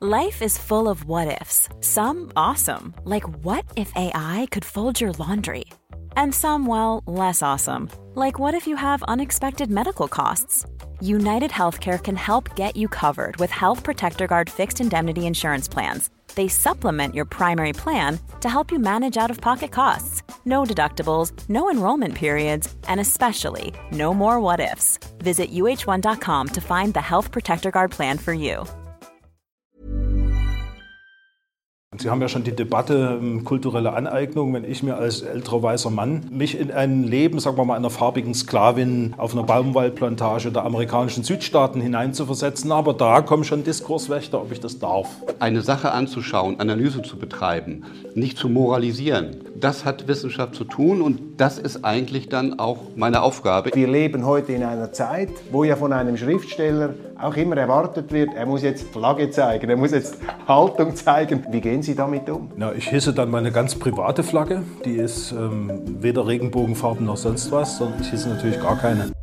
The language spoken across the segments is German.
Life is full of what-ifs. Some awesome, like what if AI could fold your laundry? And some, well, less awesome, like what if you have unexpected medical costs? United Healthcare can help get you covered with Health Protector Guard fixed indemnity insurance plans. They supplement your primary plan to help you manage out-of-pocket costs. No deductibles, no enrollment periods, and especially no more what-ifs. Visit uh1.com to find the Health Protector Guard plan for you. Sie haben ja schon die Debatte kulturelle Aneignung, wenn ich mir als älterer weißer Mann mich in ein Leben, sagen wir mal, einer farbigen Sklavin auf einer Baumwollplantage der amerikanischen Südstaaten hineinzuversetzen. Aber da kommen schon Diskurswächter, ob ich das darf. Eine Sache anzuschauen, Analyse zu betreiben, nicht zu moralisieren, das hat Wissenschaft zu tun und das ist eigentlich dann auch meine Aufgabe. Wir leben heute in einer Zeit, wo ja von einem Schriftsteller auch immer erwartet wird, er muss jetzt Flagge zeigen, er muss jetzt Haltung zeigen. Wie gehen Sie damit um? Na, ich hisse dann meine ganz private Flagge. Die ist weder Regenbogenfarben noch sonst was, sondern ich hisse natürlich gar keine.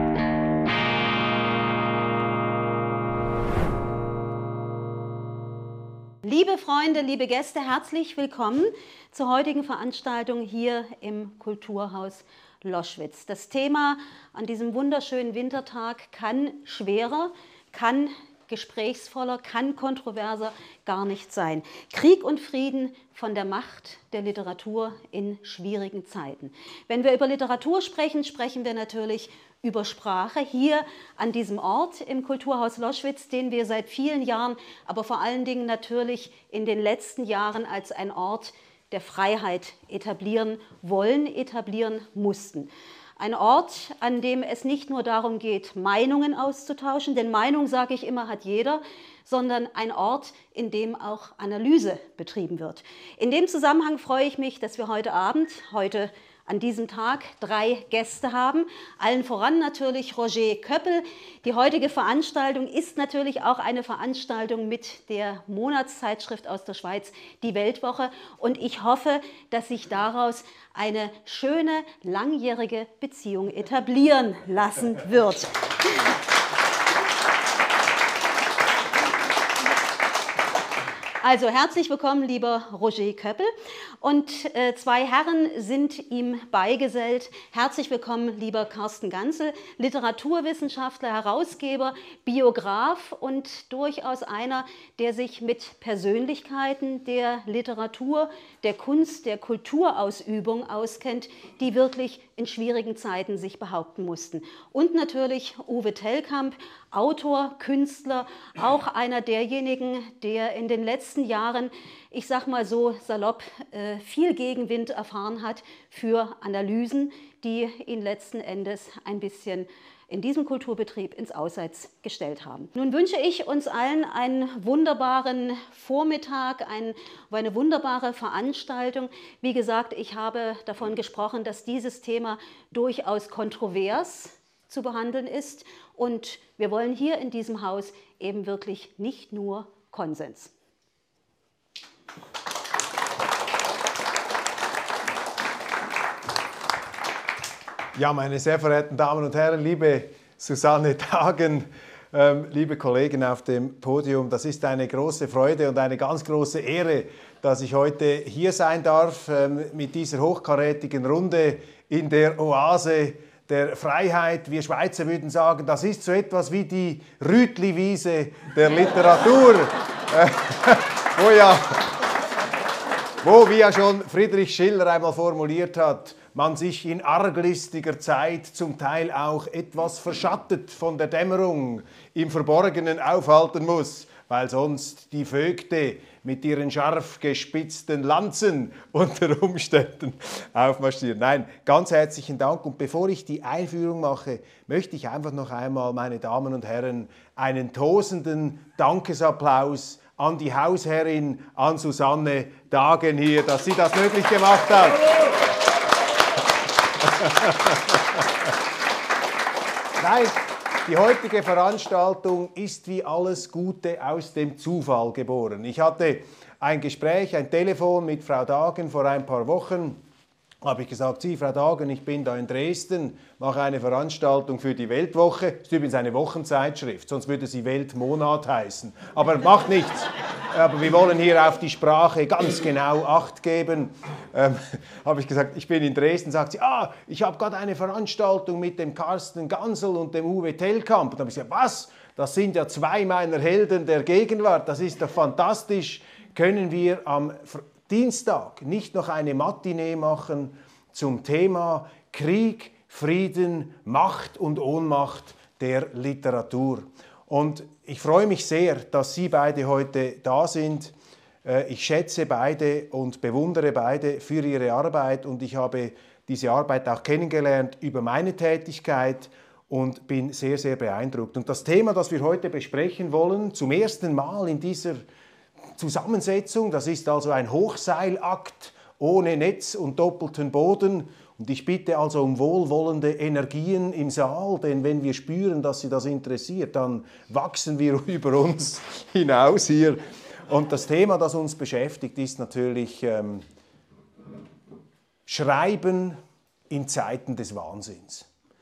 Liebe Freunde, liebe Gäste, herzlich willkommen zur heutigen Veranstaltung hier im Kulturhaus Loschwitz. Das Thema an diesem wunderschönen Wintertag kann schwerer, kann gesprächsvoller, kann kontroverser gar nicht sein. Krieg und Frieden von der Macht der Literatur in schwierigen Zeiten. Wenn wir über Literatur sprechen, sprechen wir natürlich über Sprache hier an diesem Ort im Kulturhaus Loschwitz, den wir seit vielen Jahren, aber vor allen Dingen natürlich in den letzten Jahren als ein Ort der Freiheit etablieren wollen, etablieren mussten. Ein Ort, an dem es nicht nur darum geht, Meinungen auszutauschen, denn Meinung, sage ich immer, hat jeder, sondern ein Ort, in dem auch Analyse betrieben wird. In dem Zusammenhang freue ich mich, dass wir heute Abend, heute an diesem Tag 3 Gäste haben. Allen voran natürlich Roger Köppel. Die heutige Veranstaltung ist natürlich auch eine Veranstaltung mit der Monatszeitschrift aus der Schweiz, die Weltwoche. Und ich hoffe, dass sich daraus eine schöne, langjährige Beziehung etablieren lassen wird. Also herzlich willkommen, lieber Roger Köppel. Und 2 Herren sind ihm beigesellt. Herzlich willkommen, lieber Carsten Ganzel, Literaturwissenschaftler, Herausgeber, Biograf und durchaus einer, der sich mit Persönlichkeiten der Literatur, der Kunst, der Kulturausübung auskennt, die wirklich in schwierigen Zeiten sich behaupten mussten. Und natürlich Uwe Tellkamp, Autor, Künstler, auch einer derjenigen, der in den letzten Jahren, ich sag mal so salopp, viel Gegenwind erfahren hat für Analysen, die ihn letzten Endes ein bisschen in diesem Kulturbetrieb ins Ausseits gestellt haben. Nun wünsche ich uns allen einen wunderbaren Vormittag, eine wunderbare Veranstaltung. Wie gesagt, ich habe davon gesprochen, dass dieses Thema durchaus kontrovers zu behandeln ist und wir wollen hier in diesem Haus eben wirklich nicht nur Konsens. Ja, meine sehr verehrten Damen und Herren, liebe Susanne Dagen, liebe Kollegen auf dem Podium, das ist eine große Freude und eine ganz große Ehre, dass ich heute hier sein darf mit dieser hochkarätigen Runde in der Oase der Freiheit. Wir Schweizer würden sagen, das ist so etwas wie die Rütli-Wiese der Literatur, wo wie ja schon Friedrich Schiller einmal formuliert hat, man sich in arglistiger Zeit zum Teil auch etwas verschattet von der Dämmerung im Verborgenen aufhalten muss, weil sonst die Vögte mit ihren scharf gespitzten Lanzen unter Umständen aufmarschieren. Nein, ganz herzlichen Dank. Und bevor ich die Einführung mache, möchte ich einfach noch einmal, meine Damen und Herren, einen tosenden Dankesapplaus an die Hausherrin, an Susanne Dagen hier, dass sie das möglich gemacht hat. Nein, die heutige Veranstaltung ist wie alles Gute aus dem Zufall geboren. Ich hatte ein Gespräch, ein Telefon mit Frau Dagen vor ein paar Wochen. Habe ich gesagt, Sie, Frau Dagen, ich bin da in Dresden, mache eine Veranstaltung für die Weltwoche. Das ist übrigens eine Wochenzeitschrift, sonst würde sie Weltmonat heißen. Aber macht nichts. aber wir wollen hier auf die Sprache ganz genau Acht geben. Habe ich gesagt, ich bin in Dresden, sagt sie, ich habe gerade eine Veranstaltung mit dem Carsten Gansel und dem Uwe Tellkamp. Und dann habe ich gesagt, was? Das sind ja zwei meiner Helden der Gegenwart, das ist doch fantastisch. Können wir am Dienstag nicht noch eine Matinee machen zum Thema Krieg, Frieden, Macht und Ohnmacht der Literatur? Und ich freue mich sehr, dass Sie beide heute da sind. Ich schätze beide und bewundere beide für ihre Arbeit und ich habe diese Arbeit auch kennengelernt über meine Tätigkeit und bin sehr, sehr beeindruckt. Und das Thema, das wir heute besprechen wollen, zum ersten Mal in dieser Zusammensetzung, das ist also ein Hochseilakt ohne Netz und doppelten Boden. Und ich bitte also um wohlwollende Energien im Saal, denn wenn wir spüren, dass Sie das interessiert, dann wachsen wir über uns hinaus hier. Und das Thema, das uns beschäftigt, ist natürlich Schreiben in Zeiten des Wahnsinns.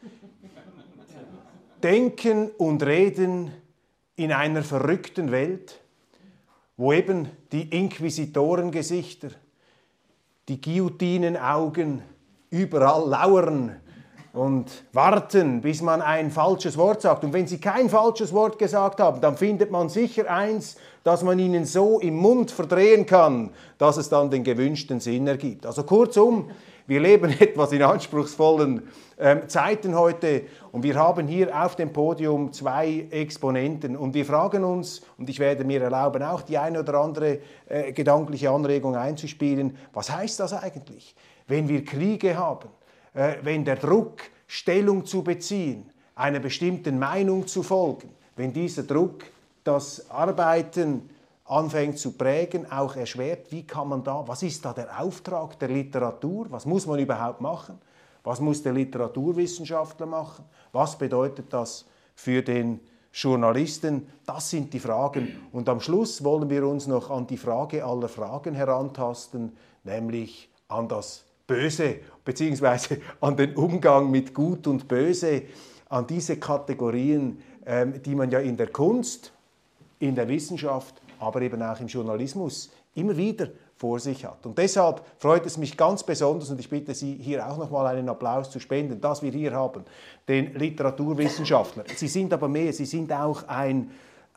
Denken und Reden in einer verrückten Welt, wo eben die Inquisitorengesichter, die Guillotinenaugen überall lauern und warten, bis man ein falsches Wort sagt. Und wenn sie kein falsches Wort gesagt haben, dann findet man sicher eins, das man ihnen so im Mund verdrehen kann, dass es dann den gewünschten Sinn ergibt. Also kurzum, wir leben etwas in anspruchsvollen Zeiten heute und wir haben hier auf dem Podium zwei Exponenten und wir fragen uns, und ich werde mir erlauben, auch die eine oder andere gedankliche Anregung einzuspielen, was heißt das eigentlich, wenn wir Kriege haben, wenn der Druck, Stellung zu beziehen, einer bestimmten Meinung zu folgen, wenn dieser Druck das Arbeiten anfängt zu prägen, auch erschwert, wie kann man da, was ist da der Auftrag der Literatur, was muss man überhaupt machen, was muss der Literaturwissenschaftler machen, was bedeutet das für den Journalisten, das sind die Fragen und am Schluss wollen wir uns noch an die Frage aller Fragen herantasten, nämlich an das Böse, beziehungsweise an den Umgang mit Gut und Böse, an diese Kategorien, die man ja in der Kunst, in der Wissenschaft, aber eben auch im Journalismus immer wieder vor sich hat. Und deshalb freut es mich ganz besonders, und ich bitte Sie, hier auch nochmal einen Applaus zu spenden, dass wir hier haben, den Literaturwissenschaftler. Sie sind aber mehr, Sie sind auch ein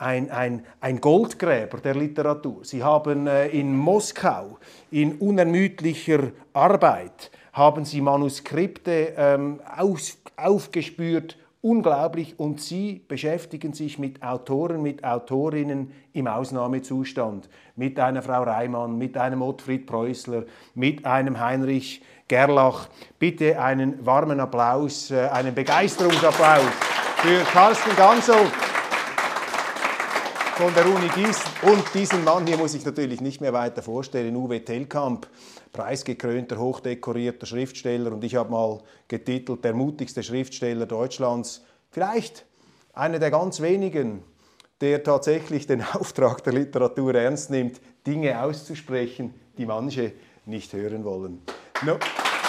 Goldgräber der Literatur. Sie haben in Moskau in unermüdlicher Arbeit haben Sie Manuskripte aufgespürt, unglaublich, und Sie beschäftigen sich mit Autoren, mit Autorinnen im Ausnahmezustand, mit einer Frau Reimann, mit einem Ottfried Preußler, mit einem Heinrich Gerlach. Bitte einen warmen Applaus, einen Begeisterungsapplaus für Carsten Gansel von der Uni Gießen. Und diesen Mann hier muss ich natürlich nicht mehr weiter vorstellen, Uwe Tellkamp, preisgekrönter, hochdekorierter Schriftsteller. Und ich habe mal getitelt, der mutigste Schriftsteller Deutschlands. Vielleicht einer der ganz wenigen, der tatsächlich den Auftrag der Literatur ernst nimmt, Dinge auszusprechen, die manche nicht hören wollen. Nun,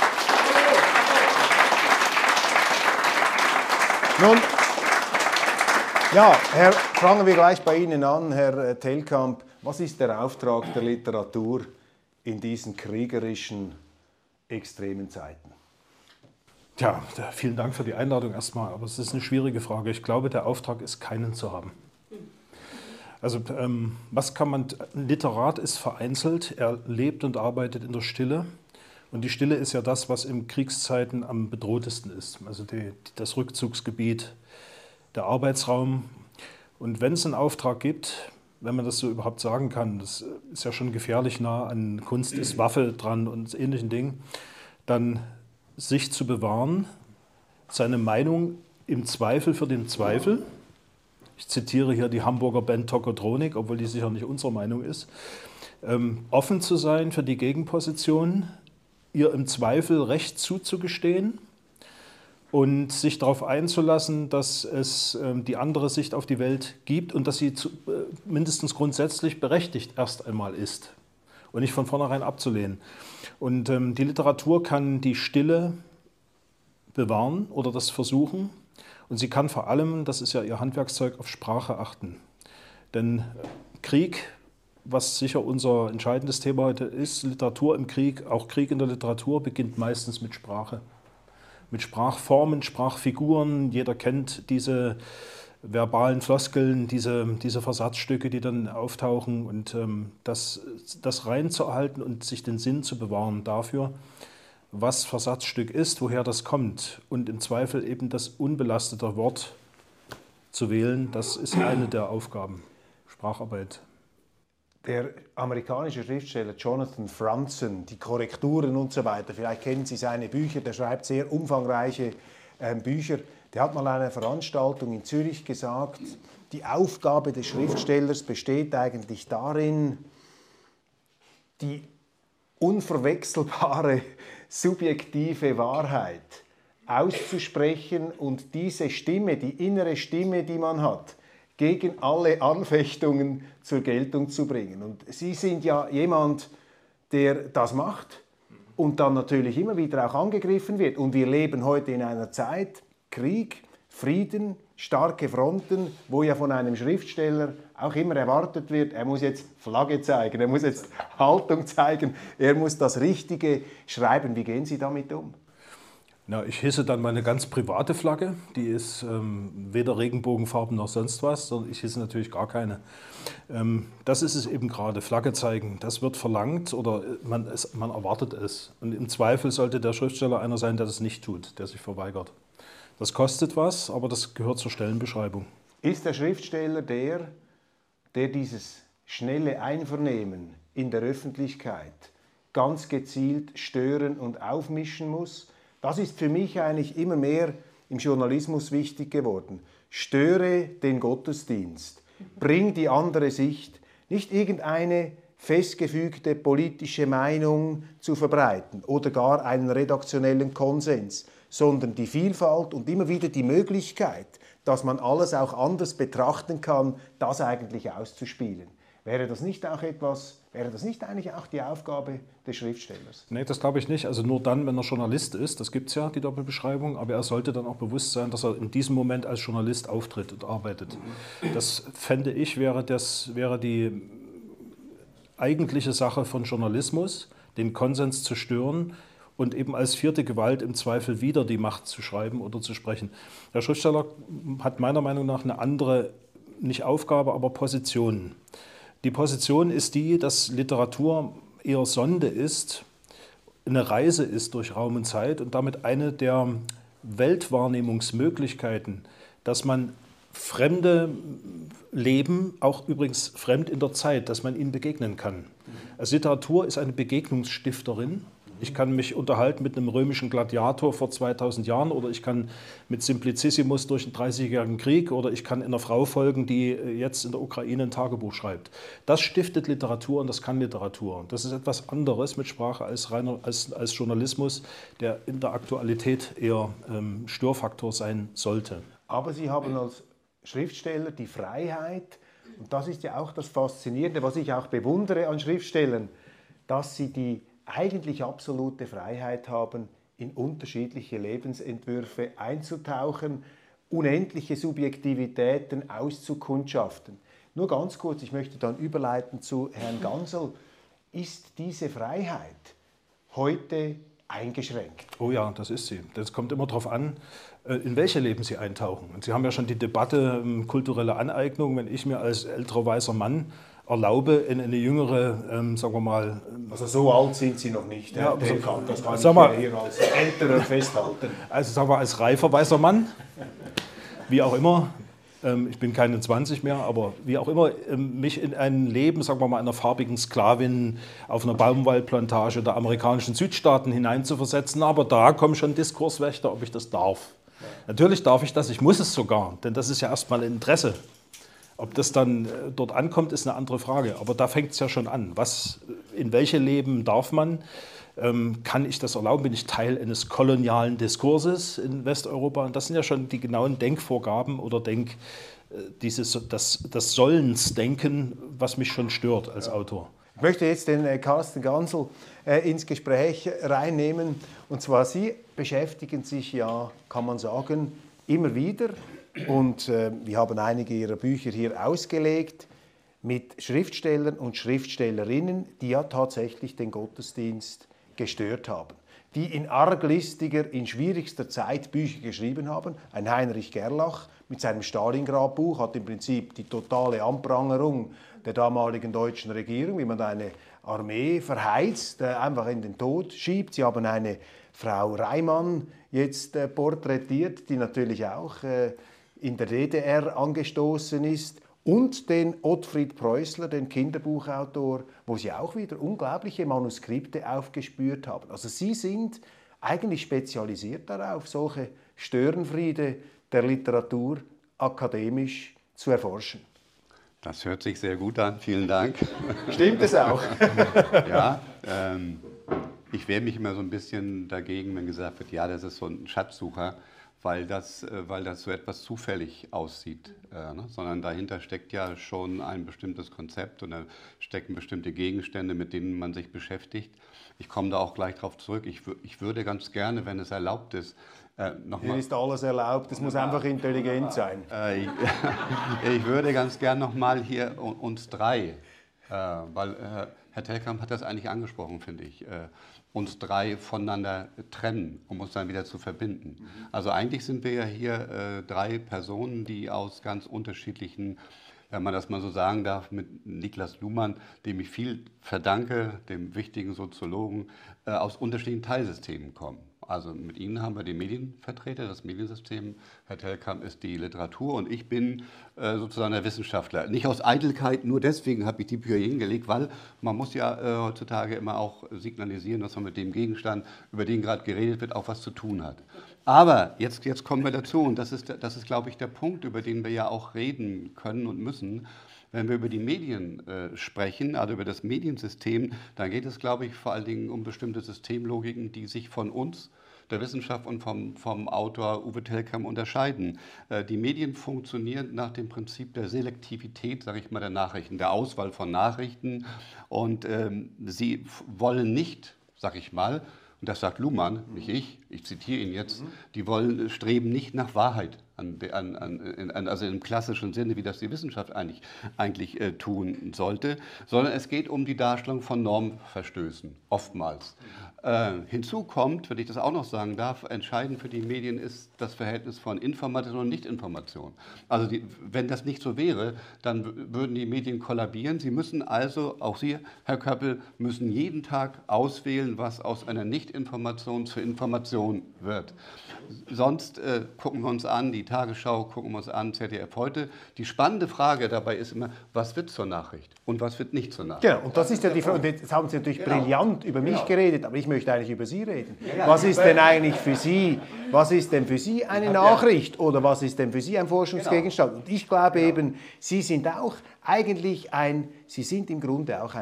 ja, fangen wir gleich bei Ihnen an, Herr Tellkamp. Was ist der Auftrag der Literatur in diesen kriegerischen, extremen Zeiten? Ja, vielen Dank für die Einladung erstmal, aber es ist eine schwierige Frage. Ich glaube, der Auftrag ist, keinen zu haben. Also was kann man, ein Literat ist vereinzelt, er lebt und arbeitet in der Stille. Und die Stille ist ja das, was in Kriegszeiten am bedrohtesten ist. Also das Rückzugsgebiet, der Arbeitsraum. Und wenn es einen Auftrag gibt, wenn man das so überhaupt sagen kann, das ist ja schon gefährlich nah an Kunst, ist Waffe dran und ähnlichen Dingen, dann sich zu bewahren, seine Meinung im Zweifel für den Zweifel. Ich zitiere hier die Hamburger Band Tokotronik, obwohl die sicher nicht unsere Meinung ist. Offen zu sein für die Gegenposition, ihr im Zweifel Recht zuzugestehen und sich darauf einzulassen, dass es die andere Sicht auf die Welt gibt und dass sie mindestens grundsätzlich berechtigt erst einmal ist und nicht von vornherein abzulehnen. Und die Literatur kann die Stille bewahren oder das versuchen und sie kann vor allem, das ist ja ihr Handwerkszeug, auf Sprache achten. Denn Krieg was sicher unser entscheidendes Thema heute ist, Literatur im Krieg, auch Krieg in der Literatur beginnt meistens mit Sprache. Mit Sprachformen, Sprachfiguren. Jeder kennt diese verbalen Floskeln, diese Versatzstücke, die dann auftauchen. Und das reinzuerhalten und sich den Sinn zu bewahren dafür, was Versatzstück ist, woher das kommt. Und im Zweifel eben das unbelastete Wort zu wählen, das ist eine der Aufgaben, Spracharbeit. Der amerikanische Schriftsteller Jonathan Franzen, die Korrekturen und so weiter, vielleicht kennen Sie seine Bücher, der schreibt sehr umfangreiche Bücher. Der hat mal an einer Veranstaltung in Zürich gesagt, die Aufgabe des Schriftstellers besteht eigentlich darin, die unverwechselbare subjektive Wahrheit auszusprechen und diese Stimme, die innere Stimme, die man hat, gegen alle Anfechtungen zur Geltung zu bringen. Und Sie sind ja jemand, der das macht und dann natürlich immer wieder auch angegriffen wird. Und wir leben heute in einer Zeit, Krieg, Frieden, starke Fronten, wo ja von einem Schriftsteller auch immer erwartet wird, er muss jetzt Flagge zeigen, er muss jetzt Haltung zeigen, er muss das Richtige schreiben. Wie gehen Sie damit um? Na, ich hisse dann meine ganz private Flagge, die ist weder Regenbogenfarben noch sonst was, sondern ich hisse natürlich gar keine. Das ist es eben gerade, Flagge zeigen, das wird verlangt oder man erwartet es. Und im Zweifel sollte der Schriftsteller einer sein, der das nicht tut, der sich verweigert. Das kostet was, aber das gehört zur Stellenbeschreibung. Ist der Schriftsteller der dieses schnelle Einvernehmen in der Öffentlichkeit ganz gezielt stören und aufmischen muss? Das ist für mich eigentlich immer mehr im Journalismus wichtig geworden. Störe den Gottesdienst, bring die andere Sicht, nicht irgendeine festgefügte politische Meinung zu verbreiten oder gar einen redaktionellen Konsens, sondern die Vielfalt und immer wieder die Möglichkeit, dass man alles auch anders betrachten kann, das eigentlich auszuspielen. Wäre das nicht eigentlich auch die Aufgabe des Schriftstellers? Nee, das glaube ich nicht. Also nur dann, wenn er Journalist ist, das gibt es ja, die Doppelbeschreibung, aber er sollte dann auch bewusst sein, dass er in diesem Moment als Journalist auftritt und arbeitet. Das fände ich, wäre die eigentliche Sache von Journalismus, den Konsens zu stören und eben als vierte Gewalt im Zweifel wieder die Macht zu schreiben oder zu sprechen. Der Schriftsteller hat meiner Meinung nach eine andere, nicht Aufgabe, aber Position. Die Position ist die, dass Literatur eher Sonde ist, eine Reise ist durch Raum und Zeit und damit eine der Weltwahrnehmungsmöglichkeiten, dass man fremde Leben, auch übrigens fremd in der Zeit, dass man ihnen begegnen kann. Also Literatur ist eine Begegnungsstifterin. Ich kann mich unterhalten mit einem römischen Gladiator vor 2000 Jahren oder ich kann mit Simplicissimus durch den 30-jährigen Krieg oder ich kann einer Frau folgen, die jetzt in der Ukraine ein Tagebuch schreibt. Das stiftet Literatur und das kann Literatur. Das ist etwas anderes mit Sprache als Journalismus, der in der Aktualität eher Störfaktor sein sollte. Aber Sie haben als Schriftsteller die Freiheit, und das ist ja auch das Faszinierende, was ich auch bewundere an Schriftstellern, dass sie die eigentlich absolute Freiheit haben, in unterschiedliche Lebensentwürfe einzutauchen, unendliche Subjektivitäten auszukundschaften. Nur ganz kurz, ich möchte dann überleiten zu Herrn Gansel. Ist diese Freiheit heute eingeschränkt? Oh ja, das ist sie. Das kommt immer darauf an, in welche Leben Sie eintauchen. Und Sie haben ja schon die Debatte kulturelle Aneignung, wenn ich mir als älterer weißer Mann erlaube, in eine jüngere, sagen wir mal... Also so alt sind Sie noch nicht, ja, das kann ich hier als älterer festhalten. Also sagen wir als reifer weißer Mann, wie auch immer, ich bin keine 20 mehr, aber wie auch immer, mich in ein Leben, sagen wir mal, einer farbigen Sklavin auf einer Baumwollplantage der amerikanischen Südstaaten hineinzuversetzen, aber da kommen schon Diskurswächter, ob ich das darf. Natürlich darf ich das, ich muss es sogar, denn das ist ja erstmal ein Interesse. Ob das dann dort ankommt, ist eine andere Frage. Aber da fängt es ja schon an. In welche Leben darf man? Kann ich das erlauben? Bin ich Teil eines kolonialen Diskurses in Westeuropa? Und das sind ja schon die genauen Denkvorgaben oder das Sollensdenken, was mich schon stört als Autor. Ich möchte jetzt den Carsten Gansel ins Gespräch reinnehmen. Und zwar, Sie beschäftigen sich ja, kann man sagen, immer wieder, und wir haben einige Ihrer Bücher hier ausgelegt, mit Schriftstellern und Schriftstellerinnen, die ja tatsächlich den Gottesdienst gestört haben, die in arglistiger, in schwierigster Zeit Bücher geschrieben haben. Ein Heinrich Gerlach mit seinem Stalingrad-Buch hat im Prinzip die totale Anprangerung der damaligen deutschen Regierung, wie man eine Armee verheizt, einfach in den Tod schiebt. Sie haben eine Frau Reimann jetzt porträtiert, die natürlich auch in der DDR angestoßen ist. Und den Ottfried Preußler, den Kinderbuchautor, wo sie auch wieder unglaubliche Manuskripte aufgespürt haben. Also sie sind eigentlich spezialisiert darauf, solche Störenfriede der Literatur akademisch zu erforschen. Das hört sich sehr gut an, vielen Dank. Stimmt es auch? Ja, ich wehre mich immer so ein bisschen dagegen, wenn gesagt wird, ja, das ist so ein Schatzsucher, weil das so etwas zufällig aussieht, ne? Sondern dahinter steckt ja schon ein bestimmtes Konzept und da stecken bestimmte Gegenstände, mit denen man sich beschäftigt. Ich komme da auch gleich drauf zurück. Ich würde ganz gerne, wenn es erlaubt ist, Hier ist alles erlaubt, es muss einfach intelligent sein. Ich würde ganz gern nochmal hier uns drei, weil Herr Telkamp hat das eigentlich angesprochen, finde ich, uns drei voneinander trennen, um uns dann wieder zu verbinden. Also eigentlich sind wir ja hier drei Personen, die aus ganz unterschiedlichen, wenn man das mal so sagen darf, mit Niklas Luhmann, dem ich viel verdanke, dem wichtigen Soziologen, aus unterschiedlichen Teilsystemen kommen. Also mit Ihnen haben wir die Medienvertreter, das Mediensystem. Herr Telkamp ist die Literatur und ich bin sozusagen der Wissenschaftler. Nicht aus Eitelkeit, nur deswegen habe ich die Bücher hingelegt, weil man muss ja heutzutage immer auch signalisieren, dass man mit dem Gegenstand, über den gerade geredet wird, auch was zu tun hat. Aber jetzt kommen wir dazu und das ist, glaube ich, der Punkt, über den wir ja auch reden können und müssen. Wenn wir über die Medien sprechen, also über das Mediensystem, dann geht es, glaube ich, vor allen Dingen um bestimmte Systemlogiken, die sich von uns, der Wissenschaft und vom Autor Uwe Telkamp unterscheiden. Die Medien funktionieren nach dem Prinzip der Selektivität, sage ich mal, der Nachrichten, der Auswahl von Nachrichten. Und sie wollen nicht, sage ich mal, und das sagt Luhmann, nicht ich zitiere ihn jetzt, die streben nicht nach Wahrheit, also im klassischen Sinne, wie das die Wissenschaft eigentlich tun sollte, sondern es geht um die Darstellung von Normverstößen, oftmals. Hinzu kommt, wenn ich das auch noch sagen darf, entscheidend für die Medien ist das Verhältnis von Information und Nichtinformation. Also wenn das nicht so wäre, dann würden die Medien kollabieren. Sie müssen also, auch Sie, Herr Köppel, müssen jeden Tag auswählen, was aus einer Nichtinformation zur Information wird. Sonst gucken wir uns an, die Tagesschau, gucken wir uns an, ZDF heute. Die spannende Frage dabei ist immer, was wird zur Nachricht und was wird nicht zur Nachricht? Genau, und das ist ja die Frage. Jetzt haben Sie natürlich brillant über mich geredet, aber ich möchte eigentlich über Sie reden. Was ist denn eigentlich für Sie, was ist denn für Sie eine Nachricht oder was ist denn für Sie ein Forschungsgegenstand? Und ich glaube eben, Sie sind auch eigentlich Sie sind im Grunde auch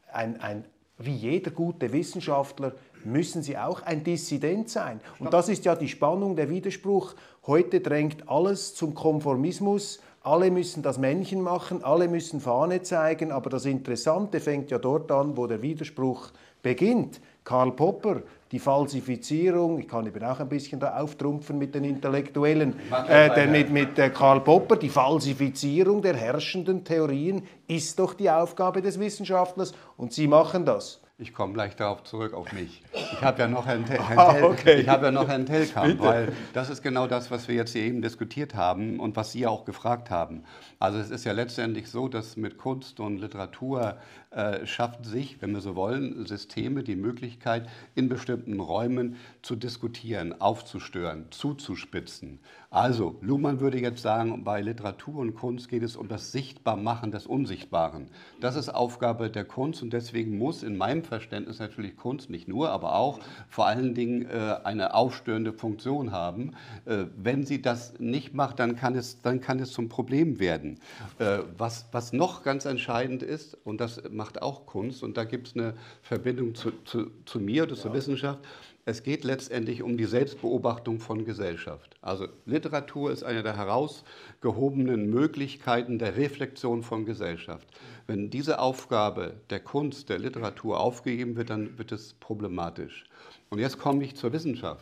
wie jeder gute Wissenschaftler, müssen Sie auch ein Dissident sein. Und das ist ja die Spannung, der Widerspruch. Heute drängt alles zum Konformismus. Alle müssen das Männchen machen, alle müssen Fahne zeigen, aber das Interessante fängt ja dort an, wo der Widerspruch beginnt. Karl Popper, die Falsifizierung, ich kann eben auch ein bisschen da auftrumpfen mit den Intellektuellen, mit Karl Popper, die Falsifizierung der herrschenden Theorien ist doch die Aufgabe des Wissenschaftlers und Sie machen das. Ich komme gleich darauf zurück, auf mich. Ich habe ja noch Herrn Telkamp, Bitte. Weil das ist genau das, was wir jetzt hier eben diskutiert haben und was Sie ja auch gefragt haben. Also es ist ja letztendlich so, dass mit Kunst und Literatur schafft sich, wenn wir so wollen, Systeme die Möglichkeit, in bestimmten Räumen zu diskutieren, aufzustören, zuzuspitzen. Also Luhmann würde jetzt sagen, bei Literatur und Kunst geht es um das Sichtbarmachen des Unsichtbaren. Das ist Aufgabe der Kunst und deswegen muss in meinem Verständnis natürlich Kunst nicht nur, aber auch vor allen Dingen eine aufstörende Funktion haben. Wenn sie das nicht macht, dann kann es zum Problem werden. Was noch ganz entscheidend ist, und das macht auch Kunst, und da gibt es eine Verbindung zu mir oder zur Wissenschaft, es geht letztendlich um die Selbstbeobachtung von Gesellschaft. Also Literatur ist eine der herausgehobenen Möglichkeiten der Reflexion von Gesellschaft. Wenn diese Aufgabe der Kunst, der Literatur aufgegeben wird, dann wird es problematisch. Und jetzt komme ich zur Wissenschaft.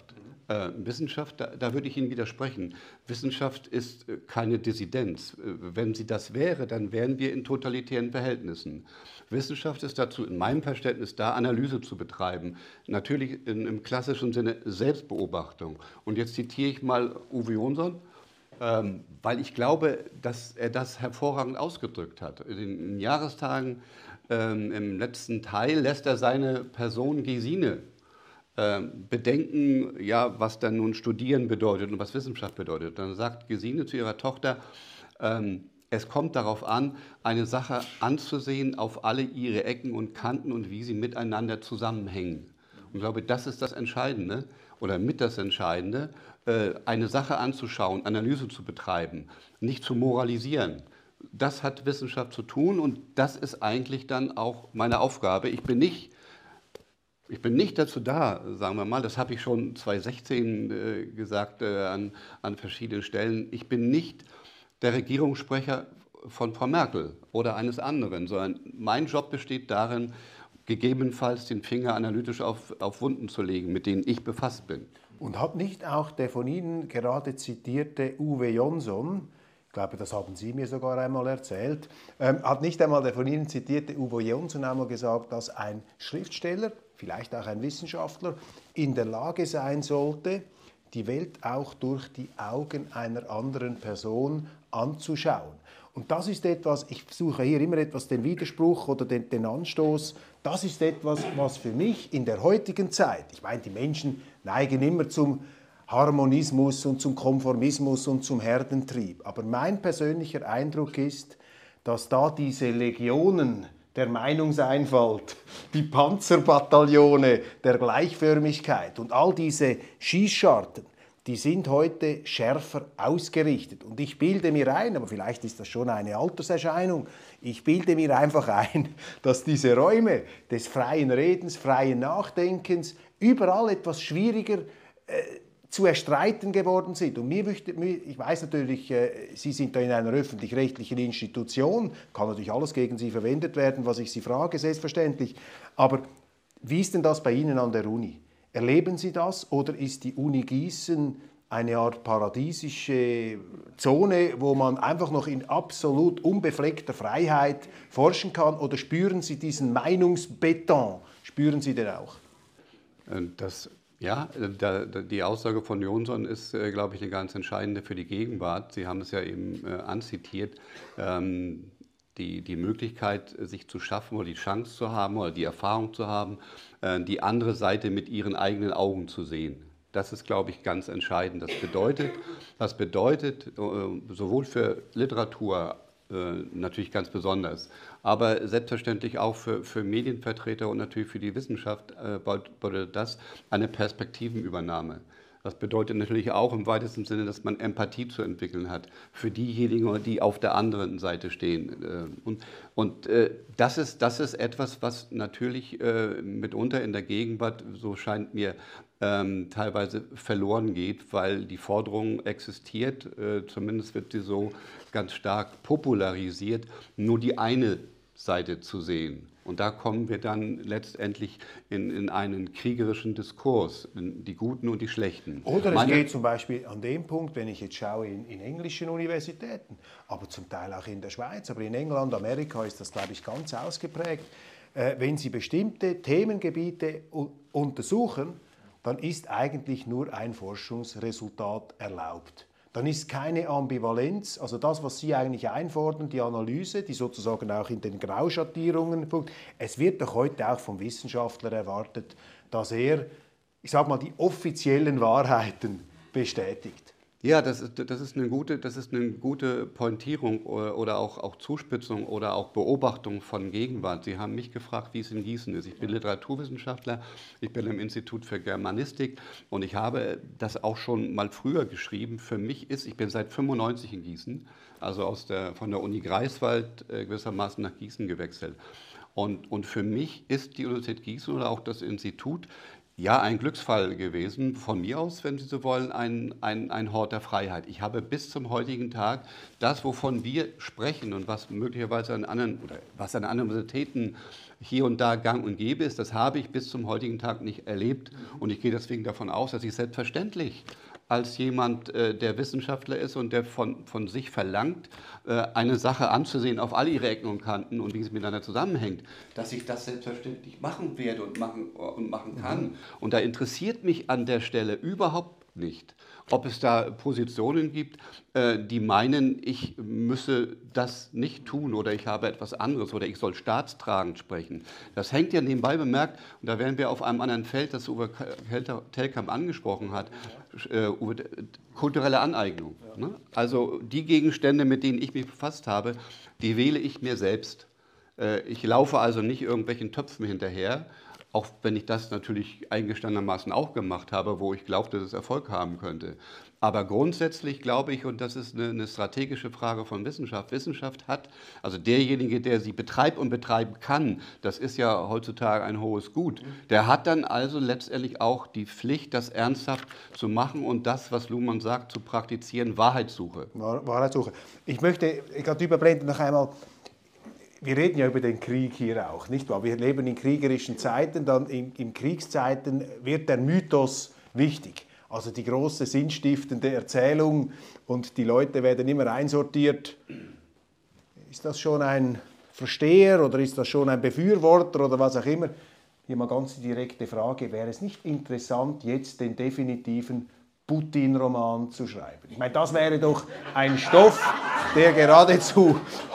Wissenschaft, da würde ich Ihnen widersprechen. Wissenschaft ist keine Dissidenz. Wenn sie das wäre, dann wären wir in totalitären Verhältnissen. Wissenschaft ist dazu, in meinem Verständnis, da Analyse zu betreiben. Natürlich im klassischen Sinne Selbstbeobachtung. Und jetzt zitiere ich mal Uwe Jonsson, weil ich glaube, dass er das hervorragend ausgedrückt hat. In den Jahrestagen im letzten Teil lässt er seine Person Gesine bedenken, ja, was dann nun Studieren bedeutet und was Wissenschaft bedeutet. Dann sagt Gesine zu ihrer Tochter, es kommt darauf an, eine Sache anzusehen auf alle ihre Ecken und Kanten und wie sie miteinander zusammenhängen. Und ich glaube, das ist das Entscheidende oder mit das Entscheidende, eine Sache anzuschauen, Analyse zu betreiben, nicht zu moralisieren. Das hat Wissenschaft zu tun und das ist eigentlich dann auch meine Aufgabe. Ich bin nicht dazu da, sagen wir mal, das habe ich schon 2016 gesagt an verschiedenen Stellen, ich bin nicht der Regierungssprecher von Frau Merkel oder eines anderen, sondern mein Job besteht darin, gegebenenfalls den Finger analytisch auf Wunden zu legen, mit denen ich befasst bin. Und hat nicht auch der von Ihnen gerade zitierte Uwe Jonsson, ich glaube, das haben Sie mir sogar einmal erzählt, hat nicht einmal der von Ihnen zitierte Uwe Jonsson einmal gesagt, dass ein Schriftsteller, vielleicht auch ein Wissenschaftler, in der Lage sein sollte, die Welt auch durch die Augen einer anderen Person anzuschauen. Und das ist etwas, ich suche hier immer etwas den Widerspruch oder den Anstoß, das ist etwas, was für mich in der heutigen Zeit, ich meine, die Menschen neigen immer zum Harmonismus und zum Konformismus und zum Herdentrieb. Aber mein persönlicher Eindruck ist, dass da diese Legionen der Meinungseinfalt, die Panzerbataillone der Gleichförmigkeit und all diese Schießscharten, die sind heute schärfer ausgerichtet. Und ich bilde mir ein, aber vielleicht ist das schon eine Alterserscheinung, ich bilde mir einfach ein, dass diese Räume des freien Redens, freien Nachdenkens überall etwas schwieriger zu erstreiten geworden sind. Und ich weiß natürlich, Sie sind da in einer öffentlich-rechtlichen Institution, kann natürlich alles gegen Sie verwendet werden, was ich Sie frage, selbstverständlich. Aber wie ist denn das bei Ihnen an der Uni? Erleben Sie das oder ist die Uni Gießen eine Art paradiesische Zone, wo man einfach noch in absolut unbefleckter Freiheit forschen kann? Oder spüren Sie diesen Meinungsbeton? Spüren Sie den auch? Ja, die Aussage von Jonsson ist, glaube ich, eine ganz entscheidende für die Gegenwart. Sie haben es ja eben anzitiert, die Möglichkeit, sich zu schaffen oder die Chance zu haben oder die Erfahrung zu haben, die andere Seite mit ihren eigenen Augen zu sehen. Das ist, glaube ich, ganz entscheidend. Das bedeutet sowohl für Literatur, natürlich ganz besonders, aber selbstverständlich auch für Medienvertreter und natürlich für die Wissenschaft bedeutet das eine Perspektivenübernahme. Das bedeutet natürlich auch im weitesten Sinne, dass man Empathie zu entwickeln hat für diejenigen, die auf der anderen Seite stehen. Und das ist etwas, was natürlich mitunter in der Gegenwart, so scheint mir, teilweise verloren geht, weil die Forderung existiert, zumindest wird sie so ganz stark popularisiert, nur die eine Seite zu sehen. Und da kommen wir dann letztendlich in einen kriegerischen Diskurs, in die Guten und die Schlechten. Oder es geht zum Beispiel an dem Punkt, wenn ich jetzt schaue in englischen Universitäten, aber zum Teil auch in der Schweiz, aber in England, Amerika ist das, glaube ich, ganz ausgeprägt. Wenn Sie bestimmte Themengebiete untersuchen, dann ist eigentlich nur ein Forschungsresultat erlaubt. Dann ist keine Ambivalenz, also das, was Sie eigentlich einfordern, die Analyse, die sozusagen auch in den Grauschattierungen, es wird doch heute auch vom Wissenschaftler erwartet, dass er, ich sage mal, die offiziellen Wahrheiten bestätigt. Ja, das ist eine gute Pointierung oder auch Zuspitzung oder auch Beobachtung von Gegenwart. Sie haben mich gefragt, wie es in Gießen ist. Ich bin Literaturwissenschaftler, ich bin im Institut für Germanistik und ich habe das auch schon mal früher geschrieben. Für mich ich bin seit 1995 in Gießen, also von der Uni Greifswald gewissermaßen nach Gießen gewechselt. Und für mich ist die Universität Gießen oder auch das Institut Ja, ein Glücksfall gewesen. Von mir aus, wenn Sie so wollen, ein Hort der Freiheit. Ich habe bis zum heutigen Tag das, wovon wir sprechen und was möglicherweise an anderen Universitäten hier und da gang und gäbe ist, das habe ich bis zum heutigen Tag nicht erlebt. Und ich gehe deswegen davon aus, dass ich selbstverständlich als jemand, der Wissenschaftler ist und der von sich verlangt, eine Sache anzusehen auf alle ihre Ecken und Kanten und wie es miteinander zusammenhängt, dass ich das selbstverständlich machen werde und machen kann. Und da interessiert mich an der Stelle überhaupt nicht, ob es da Positionen gibt, die meinen, ich müsse das nicht tun oder ich habe etwas anderes oder ich soll staatstragend sprechen. Das hängt ja nebenbei bemerkt, und da wären wir auf einem anderen Feld, das Uwe Telkamp angesprochen hat, kulturelle Aneignung. Ne? Also die Gegenstände, mit denen ich mich befasst habe, die wähle ich mir selbst. Ich laufe also nicht irgendwelchen Töpfen hinterher, auch wenn ich das natürlich eingestandenermaßen auch gemacht habe, wo ich glaubte, dass es Erfolg haben könnte. Aber grundsätzlich glaube ich, und das ist eine strategische Frage von Wissenschaft, Wissenschaft hat, also derjenige, der sie betreibt und betreiben kann, das ist ja heutzutage ein hohes Gut, der hat dann also letztendlich auch die Pflicht, das ernsthaft zu machen und das, was Luhmann sagt, zu praktizieren, Wahrheitssuche. Wahrheitssuche. Ich möchte gerade überblenden noch einmal. Wir reden ja über den Krieg hier auch, nicht wahr? Wir leben in kriegerischen Zeiten, dann in Kriegszeiten wird der Mythos wichtig. Also die große sinnstiftende Erzählung und die Leute werden immer einsortiert. Ist das schon ein Versteher oder ist das schon ein Befürworter oder was auch immer? Hier mal ganz direkte Frage, wäre es nicht interessant, jetzt den definitiven Putin-Roman zu schreiben? Ich meine, das wäre doch ein Stoff, der geradezu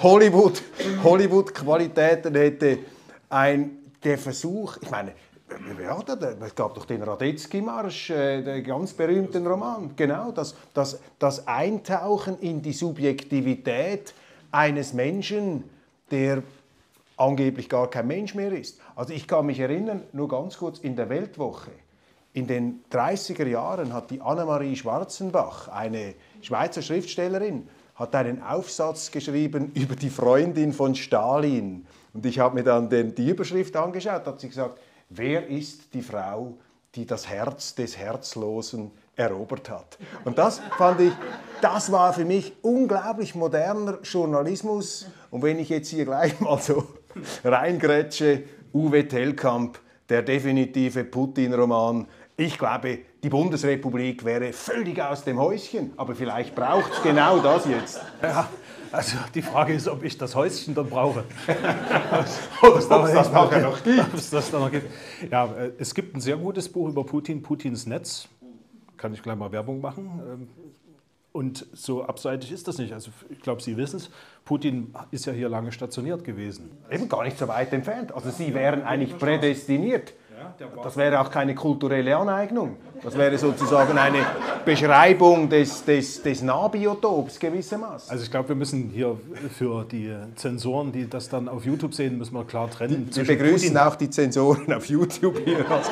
Hollywood-Qualitäten hätte. Der Versuch, ich meine, ja, es gab doch den Radetzky-Marsch, den ganz berühmten Roman. Genau, das Eintauchen in die Subjektivität eines Menschen, der angeblich gar kein Mensch mehr ist. Also ich kann mich erinnern, nur ganz kurz, in der Weltwoche, in den 30er Jahren hat die Annemarie Schwarzenbach, eine Schweizer Schriftstellerin, hat einen Aufsatz geschrieben über die Freundin von Stalin. Und ich habe mir dann die Überschrift angeschaut, hat sie gesagt, wer ist die Frau, die das Herz des Herzlosen erobert hat? Und das fand ich, das war für mich unglaublich moderner Journalismus. Und wenn ich jetzt hier gleich mal so reingrätsche, Uwe Telkamp, der definitive Putin-Roman, ich glaube, die Bundesrepublik wäre völlig aus dem Häuschen, aber vielleicht braucht es genau das jetzt. Ja, also die Frage ist, ob ich das Häuschen dann brauche. Ob es das nachher noch gibt. Ob es das dann noch gibt. Ja, es gibt ein sehr gutes Buch über Putin, Putins Netz. Kann ich gleich mal Werbung machen. Und so abseitig ist das nicht. Also ich glaube, Sie wissen es, Putin ist ja hier lange stationiert gewesen. Eben gar nicht so weit entfernt. Also Sie wären eigentlich prädestiniert. Das wäre auch keine kulturelle Aneignung. Das wäre sozusagen eine Beschreibung des Nahbiotops gewissermaßen. Also ich glaube, wir müssen hier für die Zensoren, die das dann auf YouTube sehen, müssen wir klar trennen. Wir begrüßen auch die Zensoren auf YouTube hier. Also.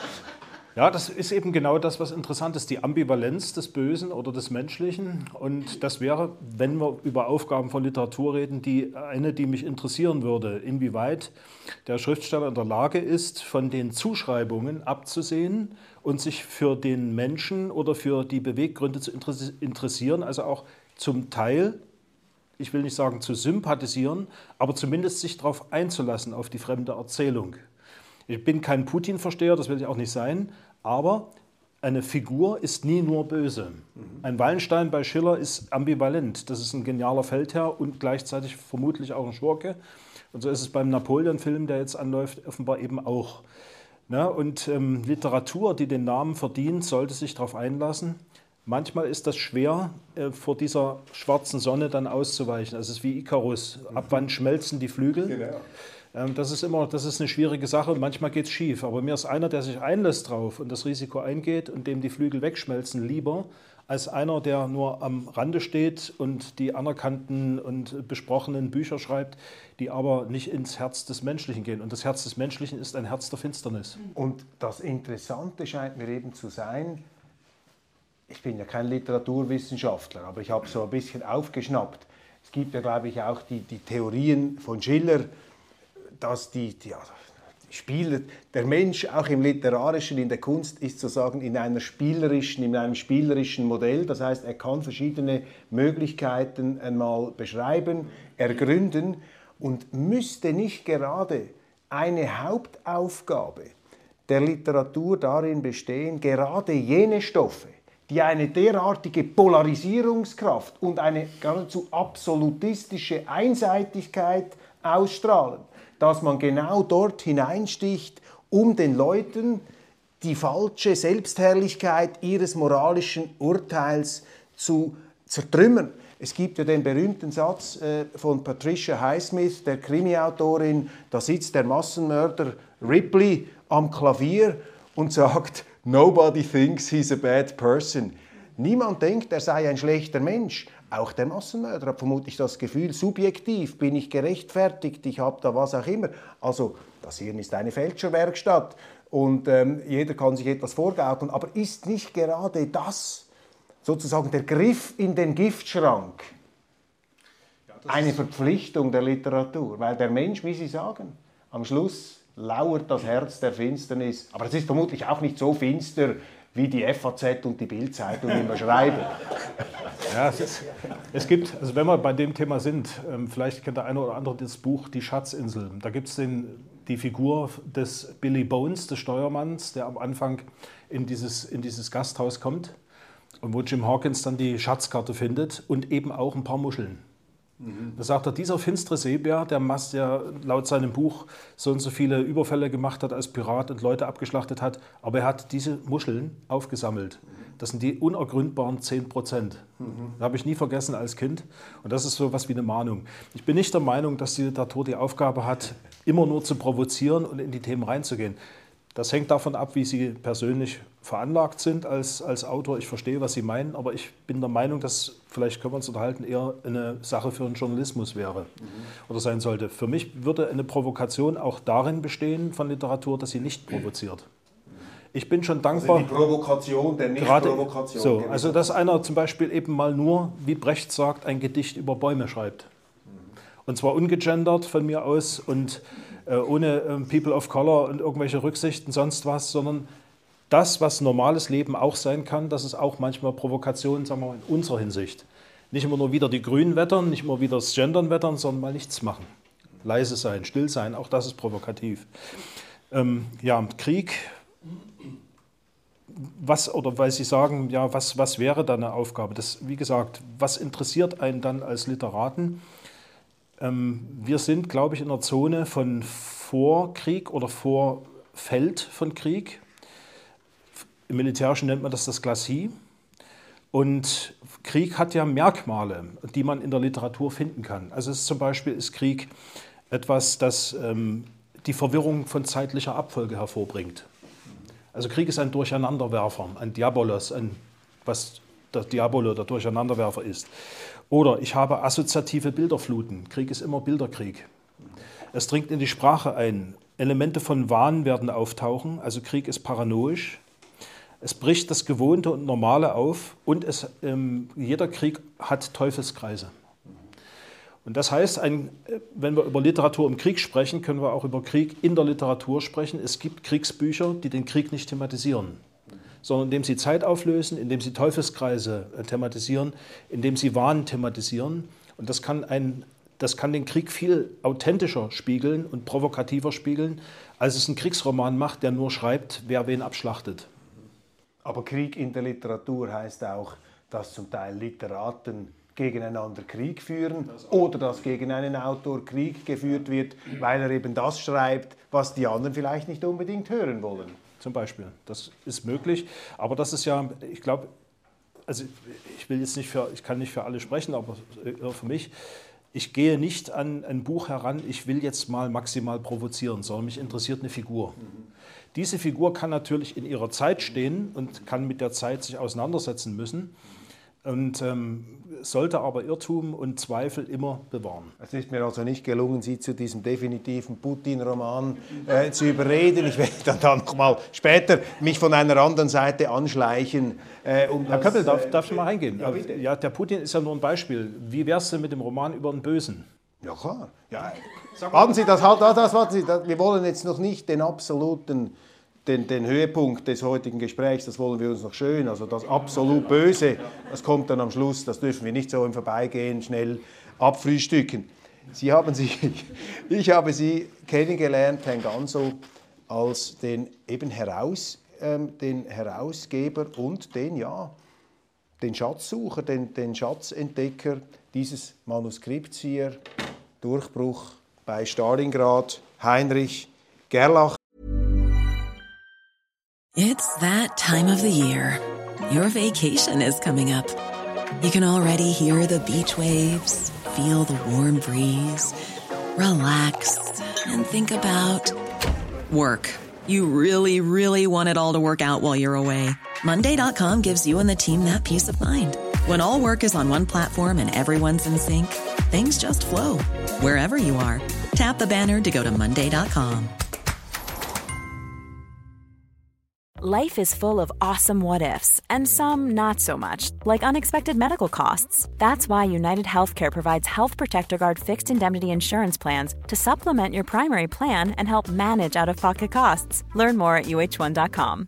Ja, das ist eben genau das, was interessant ist, die Ambivalenz des Bösen oder des Menschlichen. Und das wäre, wenn wir über Aufgaben von Literatur reden, die mich interessieren würde, inwieweit der Schriftsteller in der Lage ist, von den Zuschreibungen abzusehen und sich für den Menschen oder für die Beweggründe zu interessieren, also auch zum Teil, ich will nicht sagen zu sympathisieren, aber zumindest sich darauf einzulassen, auf die fremde Erzählung. Ich bin kein Putin-Versteher, das will ich auch nicht sein, aber eine Figur ist nie nur böse. Ein Wallenstein bei Schiller ist ambivalent. Das ist ein genialer Feldherr und gleichzeitig vermutlich auch ein Schurke. Und so ist es beim Napoleon-Film, der jetzt anläuft, offenbar eben auch. Ja, und Literatur, die den Namen verdient, sollte sich darauf einlassen. Manchmal ist das schwer, vor dieser schwarzen Sonne dann auszuweichen. Es ist wie Ikarus. Ab wann schmelzen die Flügel? Genau. Das ist eine schwierige Sache. Manchmal geht es schief. Aber mir ist einer, der sich einlässt drauf und das Risiko eingeht und dem die Flügel wegschmelzen, lieber als einer, der nur am Rande steht und die anerkannten und besprochenen Bücher schreibt, die aber nicht ins Herz des Menschlichen gehen. Und das Herz des Menschlichen ist ein Herz der Finsternis. Und das Interessante scheint mir eben zu sein, ich bin ja kein Literaturwissenschaftler, aber ich habe so ein bisschen aufgeschnappt. Es gibt ja, glaube ich, auch die Theorien von Schiller, dass die der Mensch auch im Literarischen, in der Kunst ist sozusagen in einem spielerischen Modell. Das heißt, er kann verschiedene Möglichkeiten einmal beschreiben, ergründen und müsste nicht gerade eine Hauptaufgabe der Literatur darin bestehen, gerade jene Stoffe, die eine derartige Polarisierungskraft und eine geradezu absolutistische Einseitigkeit ausstrahlen, dass man genau dort hineinsticht, um den Leuten die falsche Selbstherrlichkeit ihres moralischen Urteils zu zertrümmern. Es gibt ja den berühmten Satz von Patricia Highsmith, der Krimiautorin, da sitzt der Massenmörder Ripley am Klavier und sagt, "Nobody thinks he's a bad person." Niemand denkt, er sei ein schlechter Mensch. Auch der Massenmörder hat vermutlich das Gefühl, subjektiv bin ich gerechtfertigt, ich habe da was auch immer. Also das Hirn ist eine Fälscherwerkstatt und jeder kann sich etwas vorgaukeln. Aber ist nicht gerade das sozusagen der Griff in den Giftschrank eine Verpflichtung der Literatur? Weil der Mensch, wie Sie sagen, am Schluss lauert das Herz der Finsternis. Aber es ist vermutlich auch nicht so finster, wie die FAZ und die Bild-Zeitung immer schreiben. Ja, es gibt, also wenn wir bei dem Thema sind, vielleicht kennt der eine oder andere das Buch Die Schatzinsel. Da gibt es die Figur des Billy Bones, des Steuermanns, der am Anfang in dieses Gasthaus kommt und wo Jim Hawkins dann die Schatzkarte findet und eben auch ein paar Muscheln. Da sagt er, dieser finstere Seebär, der laut seinem Buch so und so viele Überfälle gemacht hat als Pirat und Leute abgeschlachtet hat, aber er hat diese Muscheln aufgesammelt. Das sind die unergründbaren 10%. Das habe ich nie vergessen als Kind und das ist so was wie eine Mahnung. Ich bin nicht der Meinung, dass die Literatur die Aufgabe hat, immer nur zu provozieren und in die Themen reinzugehen. Das hängt davon ab, wie Sie persönlich veranlagt sind als Autor. Ich verstehe, was Sie meinen, aber ich bin der Meinung, dass, vielleicht können wir uns unterhalten, eher eine Sache für den Journalismus wäre oder sein sollte. Für mich würde eine Provokation auch darin bestehen von Literatur, dass sie nicht provoziert. Ich bin schon dankbar. Also die Provokation der Nicht-Provokation. So, also dass einer zum Beispiel eben mal nur, wie Brecht sagt, ein Gedicht über Bäume schreibt. Und zwar ungegendert von mir aus und ohne People of Color und irgendwelche Rücksichten, sonst was, sondern das, was normales Leben auch sein kann, das ist auch manchmal Provokation, sagen wir mal, in unserer Hinsicht. Nicht immer nur wieder die Grünen wettern, nicht immer wieder das Gendern wettern, sondern mal nichts machen. Leise sein, still sein, auch das ist provokativ. Ja, Krieg, weil Sie sagen, ja, was wäre da eine Aufgabe? Das, wie gesagt, was interessiert einen dann als Literaten? Wir sind, glaube ich, in einer Zone von Vorkrieg oder Vorfeld von Krieg. Im Militärischen nennt man das Glacis. Und Krieg hat ja Merkmale, die man in der Literatur finden kann. Also zum Beispiel ist Krieg etwas, das die Verwirrung von zeitlicher Abfolge hervorbringt. Also Krieg ist ein Durcheinanderwerfer, ein Diabolos, was der Diabolo, der Durcheinanderwerfer ist. Oder ich habe assoziative Bilderfluten. Krieg ist immer Bilderkrieg. Es dringt in die Sprache ein. Elemente von Wahn werden auftauchen. Also Krieg ist paranoisch. Es bricht das Gewohnte und Normale auf. Und jeder Krieg hat Teufelskreise. Und das heißt, wenn wir über Literatur im Krieg sprechen, können wir auch über Krieg in der Literatur sprechen. Es gibt Kriegsbücher, die den Krieg nicht thematisieren, sondern indem sie Zeit auflösen, indem sie Teufelskreise thematisieren, indem sie Wahn thematisieren. Und das kann den Krieg viel authentischer spiegeln und provokativer spiegeln, als es ein Kriegsroman macht, der nur schreibt, wer wen abschlachtet. Aber Krieg in der Literatur heißt auch, dass zum Teil Literaten gegeneinander Krieg führen oder dass gegen einen Autor Krieg geführt wird, weil er eben das schreibt, was die anderen vielleicht nicht unbedingt hören wollen. Zum Beispiel. Das ist möglich, aber das ist ja, ich glaube, also ich kann nicht für alle sprechen, aber für mich, ich gehe nicht an ein Buch heran, ich will jetzt mal maximal provozieren, sondern mich interessiert eine Figur. Diese Figur kann natürlich in ihrer Zeit stehen und kann mit der Zeit sich auseinandersetzen müssen. Und sollte aber Irrtum und Zweifel immer bewahren. Es ist mir also nicht gelungen, Sie zu diesem definitiven Putin-Roman zu überreden. Ich werde dann noch mal später mich von einer anderen Seite anschleichen. Herr Köppel, darf ich mal reingehen? Ja, bitte. Ja, der Putin ist ja nur ein Beispiel. Wie wär's denn mit dem Roman über einen Bösen? Ja, klar. Ja. Warten Sie, warten Sie, wir wollen jetzt noch nicht den absoluten, den Höhepunkt des heutigen Gesprächs, das wollen wir uns noch schön, also das absolut Böse, das kommt dann am Schluss, das dürfen wir nicht so im Vorbeigehen schnell abfrühstücken. Ich habe Sie kennengelernt, Herrn Ganso, als den Herausgeber und den Schatzsucher, den Schatzentdecker dieses Manuskripts hier, Durchbruch bei Stalingrad, Heinrich Gerlach. It's that time of the year. Your vacation is coming up. You can already hear the beach waves, feel the warm breeze, relax and think about work. You really, really want it all to work out while you're away. Monday.com gives you and the team that peace of mind. When all work is on one platform and everyone's in sync, things just flow. Wherever you are, tap the banner to go to Monday.com. Life is full of awesome what-ifs, and some not so much, like unexpected medical costs. That's why United Healthcare provides Health Protector Guard fixed indemnity insurance plans to supplement your primary plan and help manage out-of-pocket costs. Learn more at uh1.com.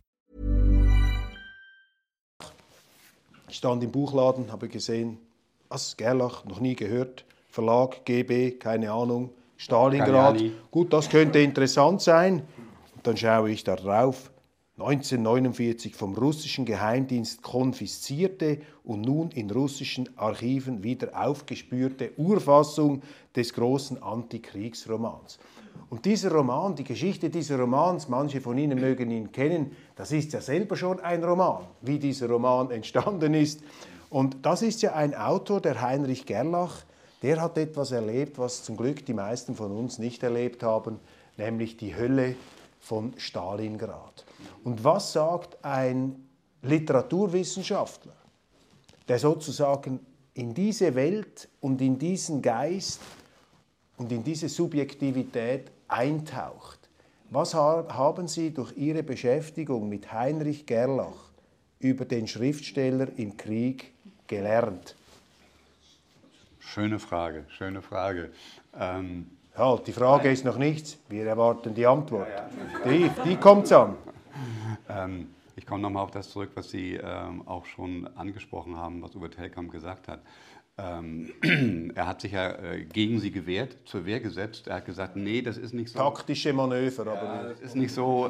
Ich stand im Buchladen, habe gesehen, was, Gerlach, noch nie gehört, Verlag, GB, keine Ahnung, Stalingrad. Gut, das könnte interessant sein. Und dann schaue ich da drauf. 1949 vom russischen Geheimdienst konfiszierte und nun in russischen Archiven wieder aufgespürte Urfassung des großen Antikriegsromans. Und dieser Roman, die Geschichte dieser Romans, manche von Ihnen mögen ihn kennen, das ist ja selber schon ein Roman, wie dieser Roman entstanden ist. Und das ist ja ein Autor, der Heinrich Gerlach, der hat etwas erlebt, was zum Glück die meisten von uns nicht erlebt haben, nämlich die Hölle von Stalingrad. Und was sagt ein Literaturwissenschaftler, der sozusagen in diese Welt und in diesen Geist und in diese Subjektivität eintaucht? Was haben Sie durch Ihre Beschäftigung mit Heinrich Gerlach über den Schriftsteller im Krieg gelernt? Schöne Frage, schöne Frage. Halt, die Frage ist noch nichts, wir erwarten die Antwort. Die kommt's an. Ich komme nochmal auf das zurück, was Sie auch schon angesprochen haben, was Uwe Tellkamp gesagt hat. Er hat sich ja gegen sie gewehrt, zur Wehr gesetzt. Er hat gesagt, nee, das ist nicht so. Taktische Manöver, aber ja, das ist nicht so.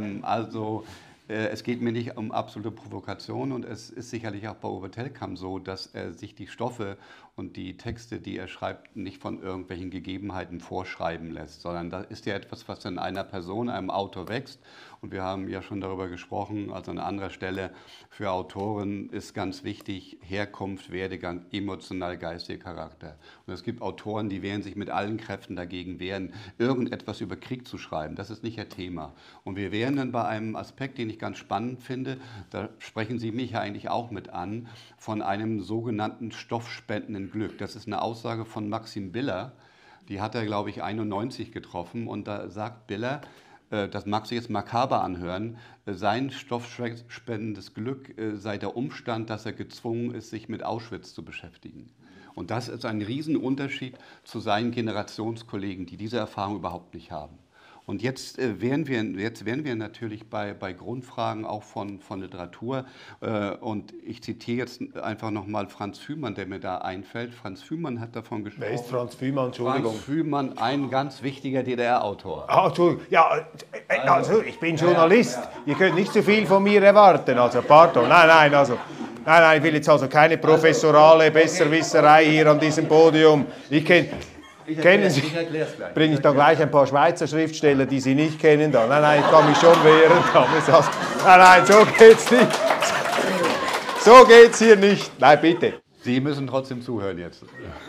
Es geht mir nicht um absolute Provokation und es ist sicherlich auch bei Uwe Tellkamp so, dass er sich die Stoffe und die Texte, die er schreibt, nicht von irgendwelchen Gegebenheiten vorschreiben lässt, sondern das ist ja etwas, was in einer Person, einem Autor wächst. Und wir haben ja schon darüber gesprochen, also an anderer Stelle, für Autoren ist ganz wichtig Herkunft, Werdegang, emotional-geistiger Charakter. Und es gibt Autoren, die wehren sich mit allen Kräften dagegen wehren, irgendetwas über Krieg zu schreiben. Das ist nicht ihr Thema. Und wir wären dann bei einem Aspekt, den ich ganz spannend finde, da sprechen Sie mich ja eigentlich auch mit an, von einem sogenannten stoffspendenden Glück. Das ist eine Aussage von Maxim Biller, die hat er, glaube ich, 91 getroffen. Und da sagt Biller, das mag sich jetzt makaber anhören, sein stoffspendendes Glück sei der Umstand, dass er gezwungen ist, sich mit Auschwitz zu beschäftigen. Und das ist ein Riesenunterschied zu seinen Generationskollegen, die diese Erfahrung überhaupt nicht haben. Und jetzt wären wir natürlich bei Grundfragen auch von Literatur. Und ich zitiere jetzt einfach nochmal Franz Fühmann, der mir da einfällt. Franz Fühmann hat davon gesprochen. Wer ist Franz Fühmann? Entschuldigung. Franz Fühmann, ein ganz wichtiger DDR-Autor. Ah, Entschuldigung. Ja, also ich bin Journalist. Ihr könnt nicht zu viel von mir erwarten. Also, pardon. Nein, ich will jetzt also keine professorale Besserwisserei hier an diesem Podium. Kennen Sie, bringe ich da gleich ein paar Schweizer Schriftsteller, die Sie nicht kennen, da. Nein, ich kann mich schon wehren. Nein, so geht's nicht. So geht's hier nicht. Nein, bitte. Sie müssen trotzdem zuhören jetzt.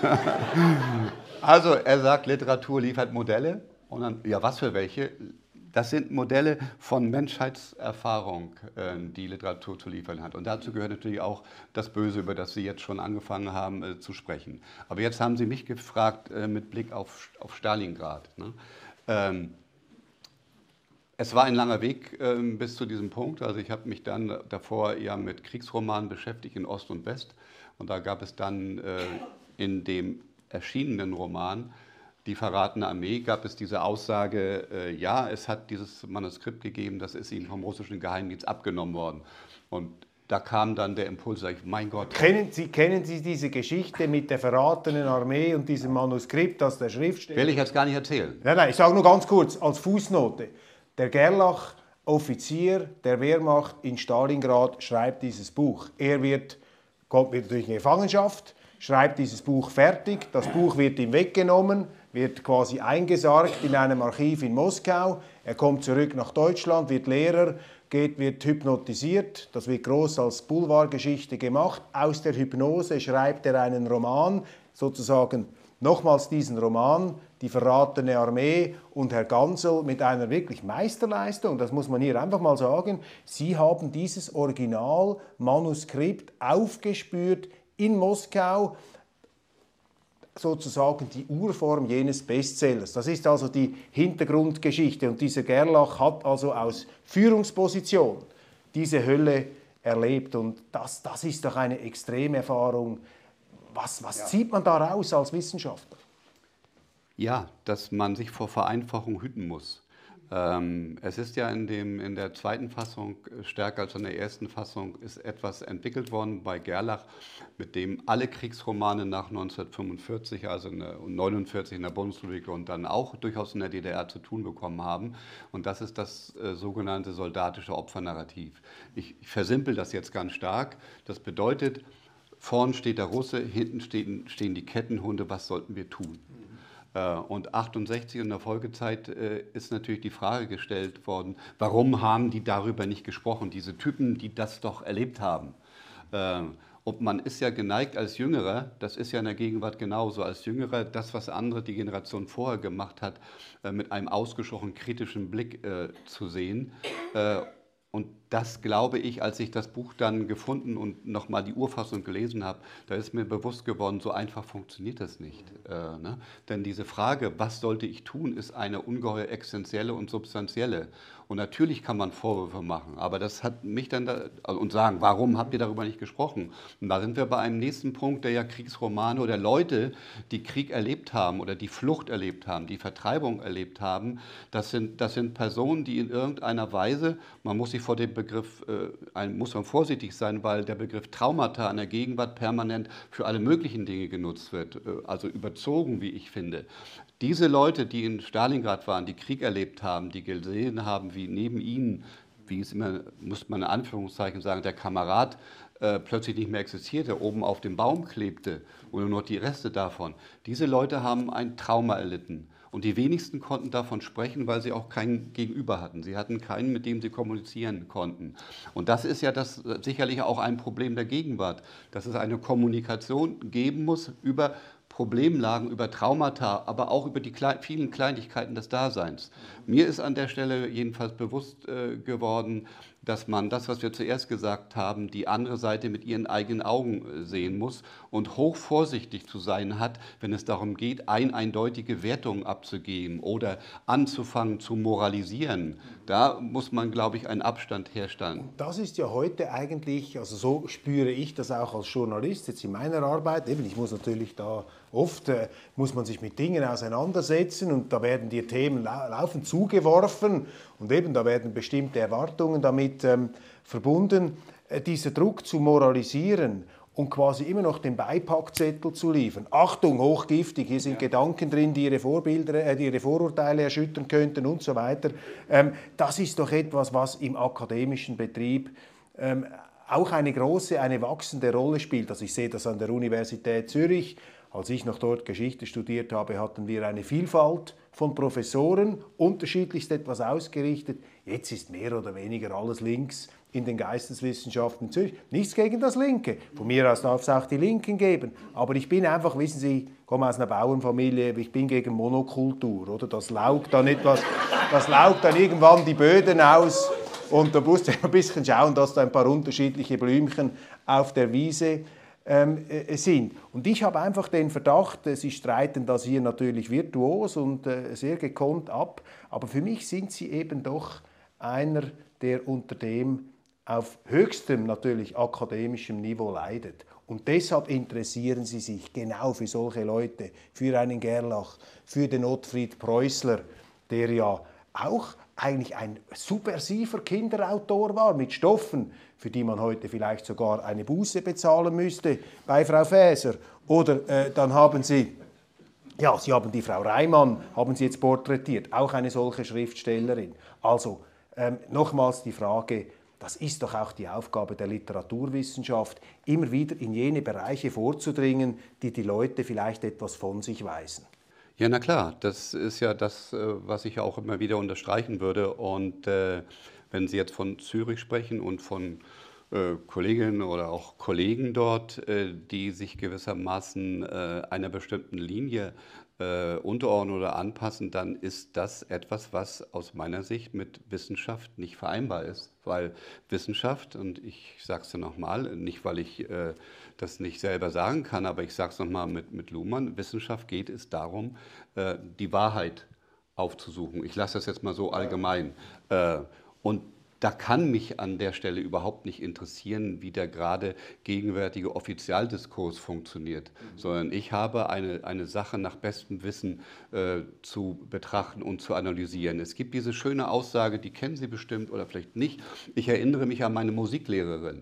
Also, er sagt, Literatur liefert Modelle. Und dann, ja, was für welche? Das sind Modelle von Menschheitserfahrung, die Literatur zu liefern hat. Und dazu gehört natürlich auch das Böse, über das Sie jetzt schon angefangen haben zu sprechen. Aber jetzt haben Sie mich gefragt mit Blick auf Stalingrad. Ne? Es war ein langer Weg bis zu diesem Punkt. Also ich habe mich dann davor ja mit Kriegsromanen beschäftigt in Ost und West. Und da gab es dann in dem erschienenen Roman Die verratene Armee gab es diese Aussage, ja, es hat dieses Manuskript gegeben, das ist ihnen vom russischen Geheimdienst abgenommen worden. Und da kam dann der Impuls, sag ich, mein Gott. Kennen Sie diese Geschichte mit der verratenen Armee und diesem Manuskript, das der Schriftsteller... Will ich jetzt gar nicht erzählen. Nein, ich sage nur ganz kurz, als Fußnote. Der Gerlach, Offizier der Wehrmacht in Stalingrad, schreibt dieses Buch. Kommt natürlich in Gefangenschaft, schreibt dieses Buch fertig. Das Buch wird ihm weggenommen, wird quasi eingesargt in einem Archiv in Moskau. Er kommt zurück nach Deutschland, wird Lehrer, wird hypnotisiert. Das wird groß als Boulevardgeschichte gemacht. Aus der Hypnose schreibt er einen Roman, sozusagen nochmals diesen Roman, Die verratene Armee, und Herr Gansel mit einer wirklich Meisterleistung, das muss man hier einfach mal sagen. Sie haben dieses Originalmanuskript aufgespürt in Moskau, sozusagen die Urform jenes Bestsellers. Das ist also die Hintergrundgeschichte. Und dieser Gerlach hat also aus Führungsposition diese Hölle erlebt. Und das ist doch eine Extremerfahrung. Was zieht man da raus als Wissenschaftler? Ja, dass man sich vor Vereinfachung hüten muss. Es ist ja in der zweiten Fassung stärker als in der ersten Fassung ist etwas entwickelt worden bei Gerlach, mit dem alle Kriegsromane nach 1945, also 1949 in der Bundesrepublik und dann auch durchaus in der DDR zu tun bekommen haben. Und das ist das sogenannte soldatische Opfernarrativ. Ich versimpel das jetzt ganz stark. Das bedeutet, vorn steht der Russe, hinten stehen die Kettenhunde, was sollten wir tun? Und 68 in der Folgezeit ist natürlich die Frage gestellt worden, warum haben die darüber nicht gesprochen, diese Typen, die das doch erlebt haben. Und man ist ja geneigt als Jüngerer, das ist ja in der Gegenwart genauso, als Jüngerer das, was andere, die Generation vorher gemacht hat, mit einem ausgesprochen kritischen Blick zu sehen. Und das glaube ich, als ich das Buch dann gefunden und nochmal die Urfassung gelesen habe, da ist mir bewusst geworden, so einfach funktioniert das nicht. Ne? Denn diese Frage, was sollte ich tun, ist eine ungeheuer existenzielle und substanzielle. Und natürlich kann man Vorwürfe machen, aber das hat mich dann und sagen, warum habt ihr darüber nicht gesprochen? Und da sind wir bei einem nächsten Punkt, der ja Kriegsromane oder Leute, die Krieg erlebt haben oder die Flucht erlebt haben, die Vertreibung erlebt haben, das sind Personen, die in irgendeiner Weise, man muss sich vor dem Begriff, muss man vorsichtig sein, weil der Begriff Traumata in der Gegenwart permanent für alle möglichen Dinge genutzt wird, also überzogen, wie ich finde. Diese Leute, die in Stalingrad waren, die Krieg erlebt haben, die gesehen haben, wie neben ihnen, wie es immer, muss man in Anführungszeichen sagen, der Kamerad plötzlich nicht mehr existierte, oben auf dem Baum klebte oder nur noch die Reste davon. Diese Leute haben ein Trauma erlitten. Und die wenigsten konnten davon sprechen, weil sie auch keinen Gegenüber hatten. Sie hatten keinen, mit dem sie kommunizieren konnten. Und das ist ja sicherlich auch ein Problem der Gegenwart, dass es eine Kommunikation geben muss über Problemlagen, über Traumata, aber auch über die vielen Kleinigkeiten des Daseins. Mir ist an der Stelle jedenfalls bewusst geworden, dass man das, was wir zuerst gesagt haben, die andere Seite mit ihren eigenen Augen sehen muss und hoch vorsichtig zu sein hat, wenn es darum geht, eindeutige Wertungen abzugeben oder anzufangen zu moralisieren. Da muss man, glaube ich, einen Abstand herstellen. Das ist ja heute eigentlich, also so spüre ich das auch als Journalist, jetzt in meiner Arbeit, eben, ich muss natürlich da oft, muss man sich mit Dingen auseinandersetzen und da werden die Themen laufend zugeworfen und eben da werden bestimmte Erwartungen damit verbunden. Dieser Druck zu moralisieren und quasi immer noch den Beipackzettel zu liefern. Achtung, hochgiftig, hier sind Gedanken drin, die ihre Vorurteile erschüttern könnten und so weiter. Das ist doch etwas, was im akademischen Betrieb auch eine große, eine wachsende Rolle spielt. Also ich sehe das an der Universität Zürich. Als ich noch dort Geschichte studiert habe, hatten wir eine Vielfalt von Professoren, unterschiedlichst etwas ausgerichtet. Jetzt ist mehr oder weniger alles links in den Geisteswissenschaften in Zürich. Nichts gegen das Linke. Von mir aus darf es auch die Linken geben. Aber ich bin einfach, wissen Sie, ich komme aus einer Bauernfamilie, ich bin gegen Monokultur. Oder? Das laugt dann irgendwann die Böden aus. Und da musste ich ein bisschen schauen, dass da ein paar unterschiedliche Blümchen auf der Wiese sind. Und ich habe einfach den Verdacht, Sie streiten das hier natürlich virtuos und sehr gekonnt ab, aber für mich sind Sie eben doch einer, der unter dem auf höchstem natürlich akademischem Niveau leidet. Und deshalb interessieren sie sich genau für solche Leute, für einen Gerlach, für den Ottfried Preußler, der ja auch eigentlich ein subversiver Kinderautor war, mit Stoffen, für die man heute vielleicht sogar eine Buße bezahlen müsste bei Frau Faeser. Oder dann haben Sie... Ja, Sie haben die Frau Reimann, haben Sie jetzt porträtiert, auch eine solche Schriftstellerin. Also nochmals die Frage, das ist doch auch die Aufgabe der Literaturwissenschaft, immer wieder in jene Bereiche vorzudringen, die die Leute vielleicht etwas von sich weisen. Ja, na klar, das ist ja das, was ich auch immer wieder unterstreichen würde. Und wenn Sie jetzt von Zürich sprechen und von Kolleginnen oder auch Kollegen dort, die sich gewissermaßen einer bestimmten Linie unterordnen oder anpassen, dann ist das etwas, was aus meiner Sicht mit Wissenschaft nicht vereinbar ist. Weil Wissenschaft, und ich sage es ja nochmal, nicht weil ich das nicht selber sagen kann, aber ich sage es nochmal mit Luhmann, Wissenschaft geht es darum, die Wahrheit aufzusuchen. Ich lasse das jetzt mal so allgemein. Und da kann mich an der Stelle überhaupt nicht interessieren, wie der gerade gegenwärtige Offizialdiskurs funktioniert, sondern ich habe eine Sache nach bestem Wissen zu betrachten und zu analysieren. Es gibt diese schöne Aussage, die kennen Sie bestimmt oder vielleicht nicht. Ich erinnere mich an meine Musiklehrerin.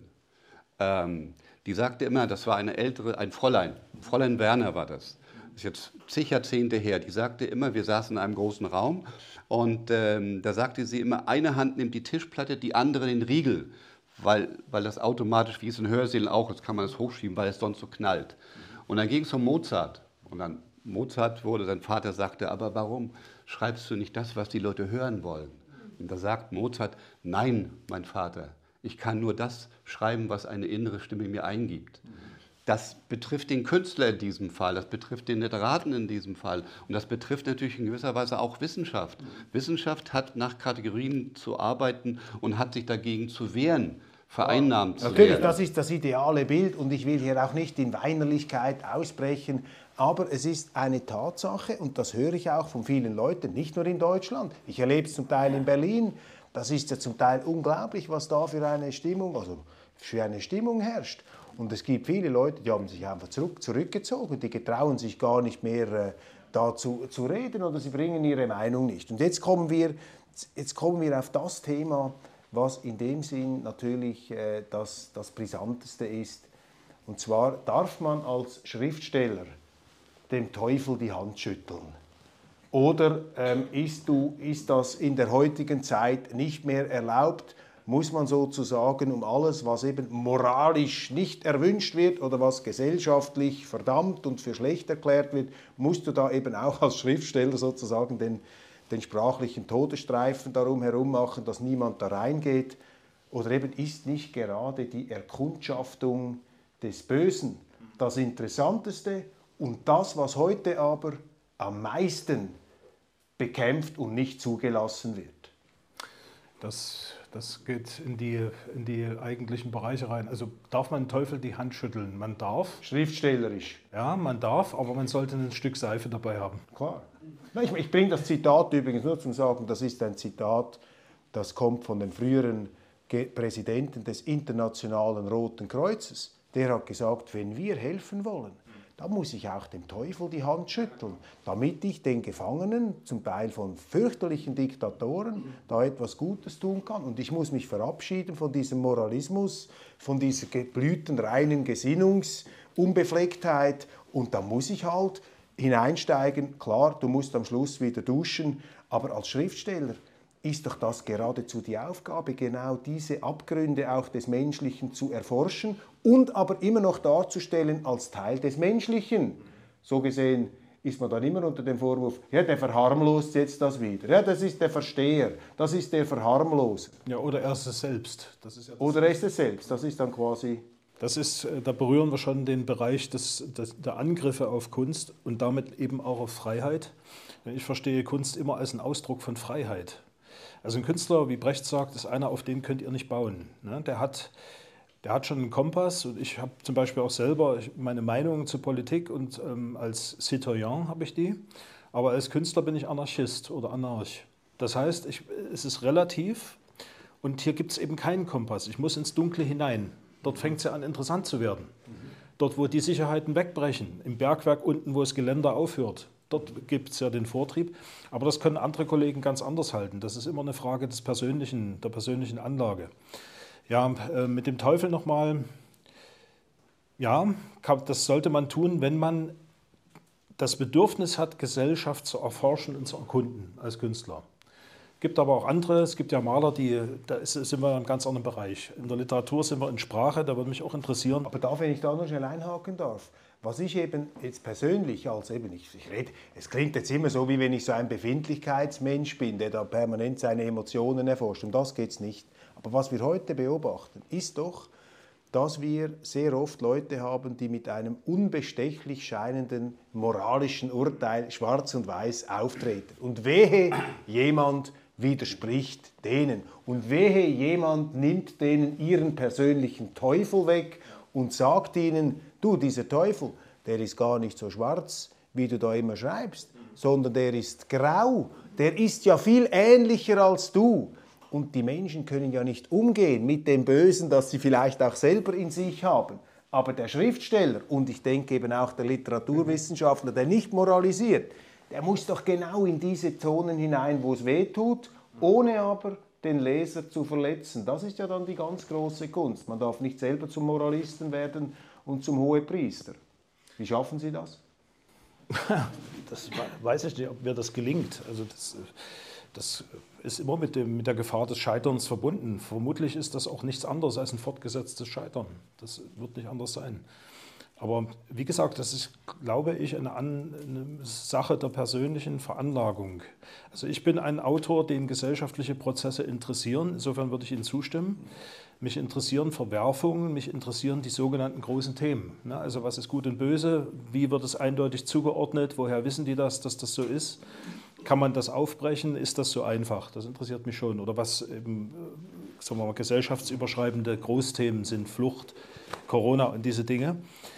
Die sagte immer, das war eine ältere, ein Fräulein Werner war das. Das ist jetzt zig Jahrzehnte her. Die sagte immer, wir saßen in einem großen Raum und da sagte sie immer, eine Hand nimmt die Tischplatte, die andere den Riegel, weil das automatisch, wie es in Hörsälen auch ist, kann man das hochschieben, weil es sonst so knallt. Und dann ging es um Mozart. Und dann Mozart wurde, sein Vater sagte, aber warum schreibst du nicht das, was die Leute hören wollen? Und da sagt Mozart, nein, mein Vater, ich kann nur das schreiben, was eine innere Stimme mir eingibt. Das betrifft den Künstler in diesem Fall, das betrifft den Literaten in diesem Fall und das betrifft natürlich in gewisser Weise auch Wissenschaft. Wissenschaft hat nach Kategorien zu arbeiten und hat sich dagegen zu wehren, vereinnahmt zu werden. Natürlich, das ist das ideale Bild und ich will hier auch nicht in Weinerlichkeit ausbrechen, aber es ist eine Tatsache und das höre ich auch von vielen Leuten, nicht nur in Deutschland, ich erlebe es zum Teil in Berlin, das ist ja zum Teil unglaublich, was da für eine Stimmung herrscht. Und es gibt viele Leute, die haben sich einfach zurückgezogen, die getrauen sich gar nicht mehr dazu zu reden oder sie bringen ihre Meinung nicht. Und jetzt kommen wir auf das Thema, was in dem Sinn natürlich das Brisanteste ist. Und zwar darf man als Schriftsteller dem Teufel die Hand schütteln. Oder ist das in der heutigen Zeit nicht mehr erlaubt? Muss man sozusagen um alles, was eben moralisch nicht erwünscht wird oder was gesellschaftlich verdammt und für schlecht erklärt wird, musst du da eben auch als Schriftsteller sozusagen den sprachlichen Todesstreifen darum herum machen, dass niemand da reingeht? Oder eben ist nicht gerade die Erkundschaftung des Bösen das Interessanteste und das, was heute aber am meisten bekämpft und nicht zugelassen wird? Das geht in die eigentlichen Bereiche rein. Also darf man Teufel die Hand schütteln? Man darf. Schriftstellerisch. Ja, man darf, aber man sollte ein Stück Seife dabei haben. Klar. Ich bringe das Zitat übrigens nur zum Sagen, das ist ein Zitat, das kommt von dem früheren Präsidenten des Internationalen Roten Kreuzes. Der hat gesagt, wenn wir helfen wollen, da muss ich auch dem Teufel die Hand schütteln, damit ich den Gefangenen, zum Teil von fürchterlichen Diktatoren, da etwas Gutes tun kann. Und ich muss mich verabschieden von diesem Moralismus, von dieser blütenreinen Gesinnungsunbeflecktheit. Und da muss ich halt hineinsteigen. Klar, du musst am Schluss wieder duschen, aber als Schriftsteller ist doch das geradezu die Aufgabe, genau diese Abgründe auch des Menschlichen zu erforschen und aber immer noch darzustellen als Teil des Menschlichen. So gesehen ist man dann immer unter dem Vorwurf, ja, der verharmlost jetzt das wieder. Ja, das ist der Versteher, das ist der Verharmloser. Ja, oder er ist es selbst. Das ist ja oder er ist es selbst, das ist dann quasi... Da berühren wir schon den Bereich der Angriffe auf Kunst und damit eben auch auf Freiheit. Ich verstehe Kunst immer als einen Ausdruck von Freiheit. Also ein Künstler, wie Brecht sagt, ist einer, auf den könnt ihr nicht bauen. Der hat schon einen Kompass und ich habe zum Beispiel auch selber meine Meinung zur Politik und als Citoyen habe ich die, aber als Künstler bin ich Anarchist oder Anarch. Das heißt, es ist relativ und hier gibt es eben keinen Kompass. Ich muss ins Dunkle hinein. Dort fängt es ja an, interessant zu werden. Dort, wo die Sicherheiten wegbrechen, im Bergwerk unten, wo das Geländer aufhört, dort gibt es ja den Vortrieb. Aber das können andere Kollegen ganz anders halten. Das ist immer eine Frage der persönlichen Anlage. Ja, mit dem Teufel nochmal. Ja, das sollte man tun, wenn man das Bedürfnis hat, Gesellschaft zu erforschen und zu erkunden als Künstler. Es gibt aber auch andere, es gibt ja Maler, da sind wir in einem ganz anderen Bereich. In der Literatur sind wir in Sprache, da würde mich auch interessieren. Aber wenn ich da noch schnell einhaken darf, was ich eben jetzt persönlich es klingt jetzt immer so, wie wenn ich so ein Befindlichkeitsmensch bin, der da permanent seine Emotionen erforscht. Um das geht es nicht. Aber was wir heute beobachten, ist doch, dass wir sehr oft Leute haben, die mit einem unbestechlich scheinenden moralischen Urteil schwarz und weiß auftreten. Und wehe, jemand widerspricht denen. Und wehe, jemand nimmt denen ihren persönlichen Teufel weg und sagt ihnen, du, dieser Teufel, der ist gar nicht so schwarz, wie du da immer schreibst, sondern der ist grau, der ist ja viel ähnlicher als du. Und die Menschen können ja nicht umgehen mit dem Bösen, das sie vielleicht auch selber in sich haben. Aber der Schriftsteller und ich denke eben auch der Literaturwissenschaftler, der nicht moralisiert, der muss doch genau in diese Zonen hinein, wo es weh tut, ohne aber den Leser zu verletzen. Das ist ja dann die ganz große Kunst. Man darf nicht selber zum Moralisten werden und zum Hohepriester. Wie schaffen Sie das? Das weiß ich nicht, ob mir das gelingt. Also das ist immer mit der Gefahr des Scheiterns verbunden. Vermutlich ist das auch nichts anderes als ein fortgesetztes Scheitern. Das wird nicht anders sein. Aber wie gesagt, das ist, glaube ich, eine Sache der persönlichen Veranlagung. Also ich bin ein Autor, den gesellschaftliche Prozesse interessieren. Insofern würde ich Ihnen zustimmen. Mich interessieren Verwerfungen, mich interessieren die sogenannten großen Themen. Also was ist Gut und Böse? Wie wird es eindeutig zugeordnet? Woher wissen die das, dass das so ist? Kann man das aufbrechen? Ist das so einfach? Das interessiert mich schon. Oder was eben, sagen wir mal, gesellschaftsüberschreibende Großthemen sind, Flucht, Corona und diese Dinge.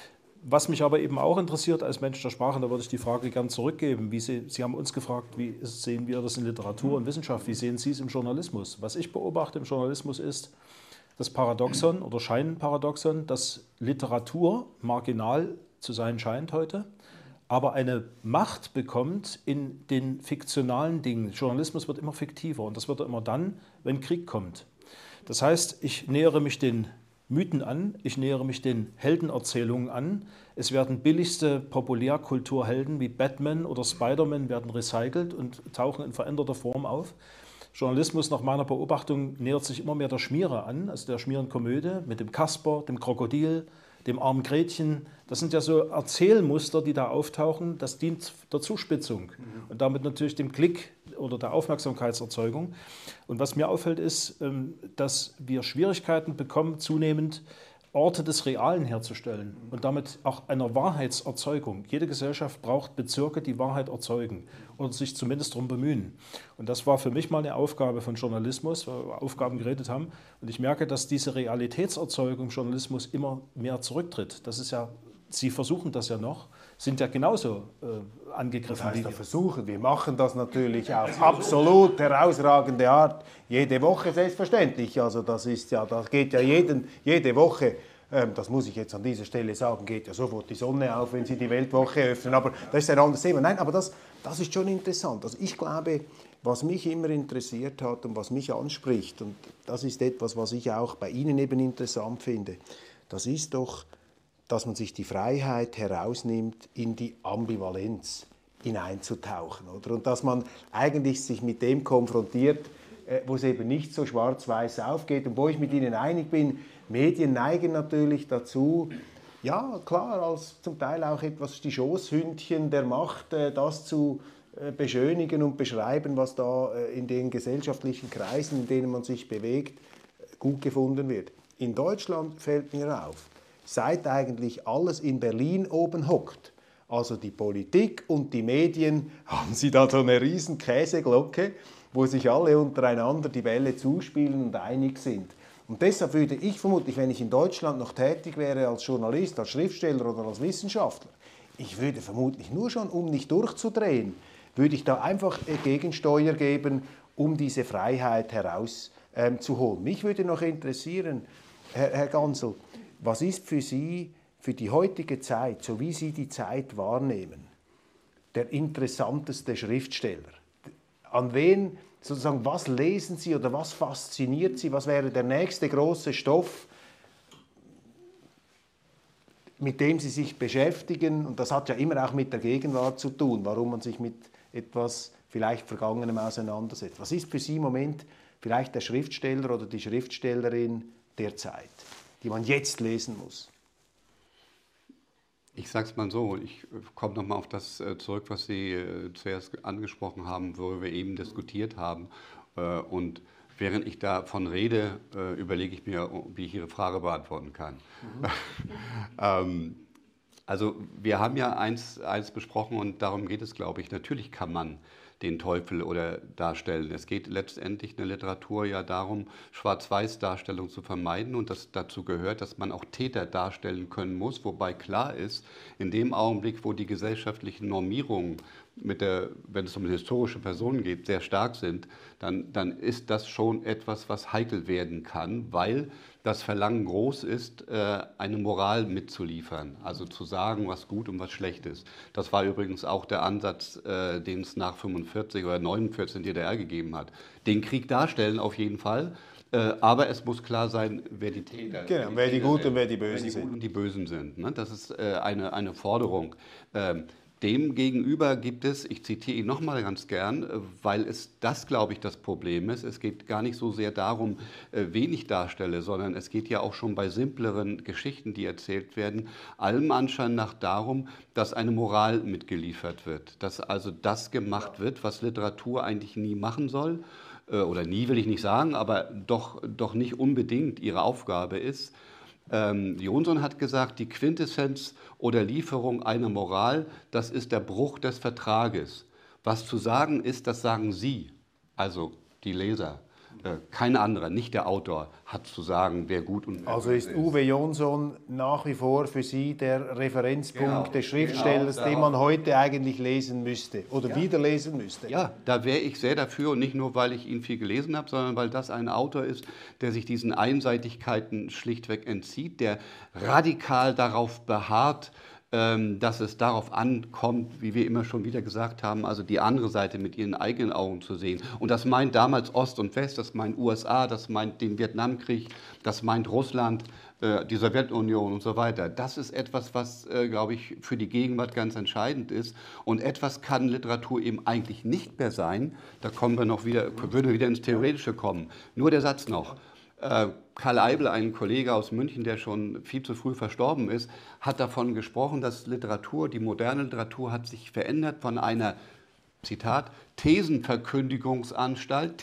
Was mich aber eben auch interessiert als Mensch der Sprache, da würde ich die Frage gern zurückgeben. Sie haben uns gefragt, wie sehen wir das in Literatur und Wissenschaft? Wie sehen Sie es im Journalismus? Was ich beobachte im Journalismus ist das Paradoxon oder Scheinparadoxon, dass Literatur marginal zu sein scheint heute, aber eine Macht bekommt in den fiktionalen Dingen. Journalismus wird immer fiktiver und das wird er immer dann, wenn Krieg kommt. Das heißt, ich nähere mich den Mythen an, ich nähere mich den Heldenerzählungen an. Es werden billigste Populärkulturhelden wie Batman oder Spider-Man werden recycelt und tauchen in veränderter Form auf. Journalismus nach meiner Beobachtung nähert sich immer mehr der Schmiere an, also der Schmierenkomödie mit dem Kasper, dem Krokodil, dem armen Gretchen. Das sind ja so Erzählmuster, die da auftauchen. Das dient der Zuspitzung und damit natürlich dem Klick oder der Aufmerksamkeitserzeugung. Und was mir auffällt, ist, dass wir Schwierigkeiten bekommen, zunehmend Orte des Realen herzustellen und damit auch einer Wahrheitserzeugung. Jede Gesellschaft braucht Bezirke, die Wahrheit erzeugen oder sich zumindest darum bemühen. Und das war für mich mal eine Aufgabe von Journalismus, weil wir Aufgaben geredet haben. Und ich merke, dass diese Realitätserzeugung Journalismus immer mehr zurücktritt. Das ist ja, Sie versuchen das ja noch, sind ja genauso angegriffen. Das heißt, versuchen. Wir machen das natürlich auf absolut herausragende Art. Jede Woche selbstverständlich. Also das geht ja jede Woche. Das muss ich jetzt an dieser Stelle sagen, geht ja sofort die Sonne auf, wenn Sie die Weltwoche öffnen. Aber das ist ein anderes Thema. Nein, aber das ist schon interessant. Also ich glaube, was mich immer interessiert hat und was mich anspricht, und das ist etwas, was ich auch bei Ihnen eben interessant finde, das ist doch, dass man sich die Freiheit herausnimmt, in die Ambivalenz hineinzutauchen. Oder? Und dass man eigentlich sich mit dem konfrontiert, wo es eben nicht so schwarz-weiß aufgeht und wo ich mit Ihnen einig bin, Medien neigen natürlich dazu, ja klar, als zum Teil auch etwas die Schoßhündchen der Macht, das zu beschönigen und beschreiben, was da in den gesellschaftlichen Kreisen, in denen man sich bewegt, gut gefunden wird. In Deutschland fällt mir auf, seit eigentlich alles in Berlin oben hockt, also die Politik und die Medien, haben sie da so eine riesen Käseglocke, wo sich alle untereinander die Bälle zuspielen und einig sind. Und deshalb würde ich vermutlich, wenn ich in Deutschland noch tätig wäre als Journalist, als Schriftsteller oder als Wissenschaftler, ich würde vermutlich nur schon, um nicht durchzudrehen, würde ich da einfach Gegensteuer geben, um diese Freiheit herauszuholen. Mich würde noch interessieren, Herr Gansel, was ist für Sie für die heutige Zeit, so wie Sie die Zeit wahrnehmen, der interessanteste Schriftsteller? An wen, sozusagen, was lesen Sie oder was fasziniert Sie? Was wäre der nächste große Stoff, mit dem Sie sich beschäftigen? Und das hat ja immer auch mit der Gegenwart zu tun, warum man sich mit etwas vielleicht Vergangenem auseinandersetzt. Was ist für Sie im Moment vielleicht der Schriftsteller oder die Schriftstellerin der Zeit, die man jetzt lesen muss? Ich sage es mal so, ich komme nochmal auf das zurück, was Sie zuerst angesprochen haben, worüber wir eben diskutiert haben. Und während ich davon rede, überlege ich mir, wie ich Ihre Frage beantworten kann. Also wir haben ja eins besprochen und darum geht es, glaube ich. Natürlich kann man den Teufel oder darstellen. Es geht letztendlich in der Literatur ja darum, Schwarz-Weiß-Darstellung zu vermeiden und das dazu gehört, dass man auch Täter darstellen können muss, wobei klar ist, in dem Augenblick, wo die gesellschaftlichen Normierungen wenn es um historische Personen geht, sehr stark sind, dann ist das schon etwas, was heikel werden kann, weil das Verlangen groß ist, eine Moral mitzuliefern, also zu sagen, was gut und was schlecht ist. Das war übrigens auch der Ansatz, den es nach 45 oder 49 in DDR gegeben hat. Den Krieg darstellen auf jeden Fall, aber es muss klar sein, wer die Täter sind. Genau, wer die Guten und wer die Bösen sind. Und die Bösen sind. Ne? Das ist eine Forderung. Demgegenüber gibt es, ich zitiere ihn nochmal ganz gern, weil das, glaube ich, das Problem ist. Es geht gar nicht so sehr darum, wen ich darstelle, sondern es geht ja auch schon bei simpleren Geschichten, die erzählt werden, allem Anschein nach darum, dass eine Moral mitgeliefert wird. Dass also das gemacht wird, was Literatur eigentlich nie machen soll. Oder nie will ich nicht sagen, aber doch nicht unbedingt ihre Aufgabe ist. Johnson hat gesagt, die Quintessenz oder Lieferung einer Moral, das ist der Bruch des Vertrages. Was zu sagen ist, das sagen Sie, also die Leser. Kein anderer, nicht der Autor, hat zu sagen, wer gut und wer Also böse ist Uwe Jonsson nach wie vor für Sie der Referenzpunkt des Schriftstellers, den man heute eigentlich lesen müsste oder wieder lesen müsste? Ja, da wäre ich sehr dafür und nicht nur, weil ich ihn viel gelesen habe, sondern weil das ein Autor ist, der sich diesen Einseitigkeiten schlichtweg entzieht, der radikal darauf beharrt, dass es darauf ankommt, wie wir immer schon wieder gesagt haben, also die andere Seite mit ihren eigenen Augen zu sehen. Und das meint damals Ost und West, das meint USA, das meint den Vietnamkrieg, das meint Russland, die Sowjetunion und so weiter. Das ist etwas, was, glaube ich, für die Gegenwart ganz entscheidend ist. Und etwas kann Literatur eben eigentlich nicht mehr sein. Da würden wir wieder ins Theoretische kommen. Nur der Satz noch. Karl Eibel, ein Kollege aus München, der schon viel zu früh verstorben ist, hat davon gesprochen, dass Literatur, die moderne Literatur hat sich verändert von einer, Zitat, Thesenverkündigungsanstalt,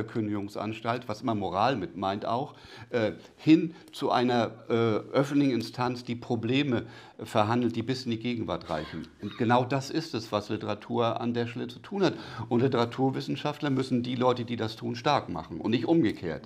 was immer Moral mit meint auch, hin zu einer öffentlichen Instanz, die Probleme verhandelt, die bis in die Gegenwart reichen. Und genau das ist es, was Literatur an der Stelle zu tun hat. Und Literaturwissenschaftler müssen die Leute, die das tun, stark machen und nicht umgekehrt.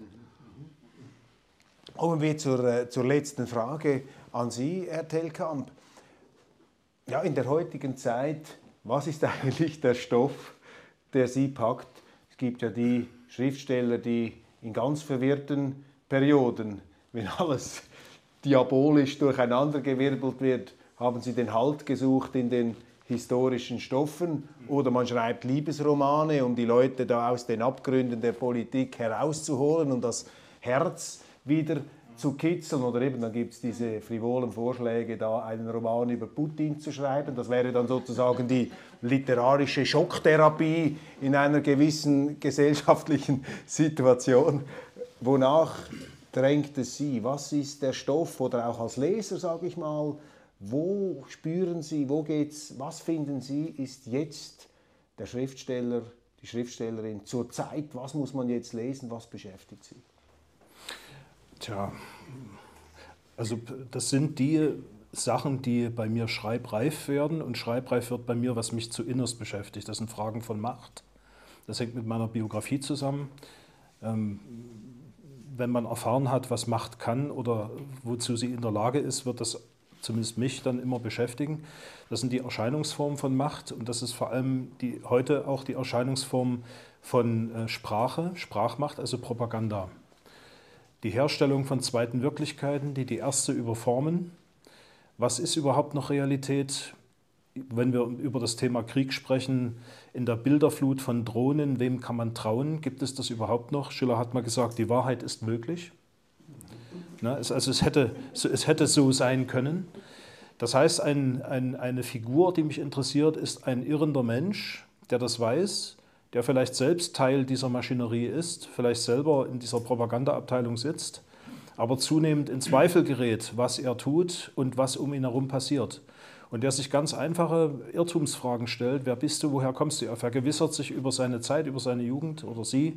Kommen wir zur letzten Frage an Sie, Herr Telkamp. Ja, in der heutigen Zeit, was ist eigentlich der Stoff, der Sie packt? Es gibt ja die Schriftsteller, die in ganz verwirrten Perioden, wenn alles diabolisch durcheinandergewirbelt wird, haben sie den Halt gesucht in den historischen Stoffen, oder man schreibt Liebesromane, um die Leute da aus den Abgründen der Politik herauszuholen und das Herz wieder zu kitzeln, oder eben dann gibt es diese frivolen Vorschläge, da einen Roman über Putin zu schreiben. Das wäre dann sozusagen die literarische Schocktherapie in einer gewissen gesellschaftlichen Situation. Wonach drängt es Sie? Was ist der Stoff, oder auch als Leser, sage ich mal, wo spüren Sie, wo geht's, was finden Sie, ist jetzt der Schriftsteller, die Schriftstellerin zur Zeit, was muss man jetzt lesen, was beschäftigt Sie? Tja, also das sind die Sachen, die bei mir schreibreif werden, und schreibreif wird bei mir, was mich zuinnerst beschäftigt. Das sind Fragen von Macht. Das hängt mit meiner Biografie zusammen. Wenn man erfahren hat, was Macht kann oder wozu sie in der Lage ist, wird das zumindest mich dann immer beschäftigen. Das sind die Erscheinungsformen von Macht, und das ist vor allem heute auch die Erscheinungsform von Sprache, Sprachmacht, also Die Herstellung von zweiten Wirklichkeiten, die erste überformen, Was ist überhaupt noch Realität? Wenn wir über das Thema Krieg sprechen, in der Bilderflut von Drohnen, wem kann man trauen? Gibt es das überhaupt noch? Schiller hat mal gesagt, die Wahrheit ist möglich. Also es hätte so sein können. Das heißt, eine Figur, die mich interessiert, ist ein irrender Mensch, der das weiß, der vielleicht selbst Teil dieser Maschinerie ist, vielleicht selber in dieser Propagandaabteilung sitzt, aber zunehmend in Zweifel gerät, was er tut und was um ihn herum passiert. Und der sich ganz einfache Irrtumsfragen stellt. Wer bist du, woher kommst du? Er vergewissert sich über seine Zeit, über seine Jugend oder sie,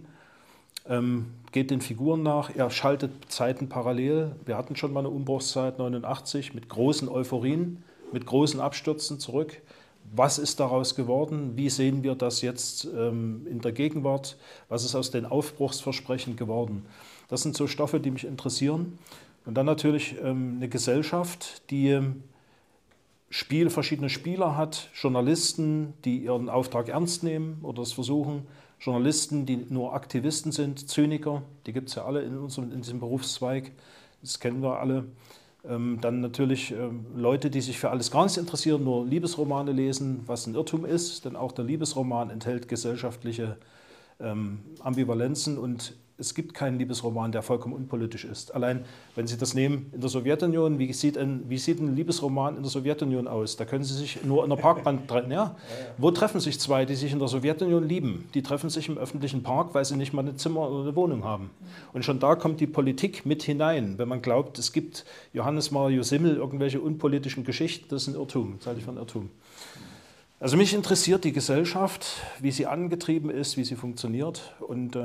geht den Figuren nach, er schaltet Zeiten parallel. Wir hatten schon mal eine Umbruchszeit 89 mit großen Euphorien, mit großen Abstürzen zurück. Was ist daraus geworden? Wie sehen wir das jetzt in der Gegenwart? Was ist aus den Aufbruchsversprechen geworden? Das sind so Stoffe, die mich interessieren. Und dann natürlich eine Gesellschaft, die verschiedene Spieler hat, Journalisten, die ihren Auftrag ernst nehmen oder es versuchen, Journalisten, die nur Aktivisten sind, Zyniker, die gibt es ja alle in diesem Berufszweig, das kennen wir alle. Dann natürlich Leute, die sich für alles gar nicht interessieren, nur Liebesromane lesen, was ein Irrtum ist, denn auch der Liebesroman enthält gesellschaftliche Ambivalenzen und es gibt keinen Liebesroman, der vollkommen unpolitisch ist. Allein, wenn Sie das nehmen, in der Sowjetunion, wie sieht ein Liebesroman in der Sowjetunion aus? Da können Sie sich nur in der Parkbank treffen. Ja? Wo treffen sich zwei, die sich in der Sowjetunion lieben? Die treffen sich im öffentlichen Park, weil sie nicht mal ein Zimmer oder eine Wohnung haben. Und schon da kommt die Politik mit hinein. Wenn man glaubt, es gibt Johannes Mario Simmel irgendwelche unpolitischen Geschichten, das ist ein Irrtum, das halte ich für ein Irrtum. Also mich interessiert die Gesellschaft, wie sie angetrieben ist, wie sie funktioniert und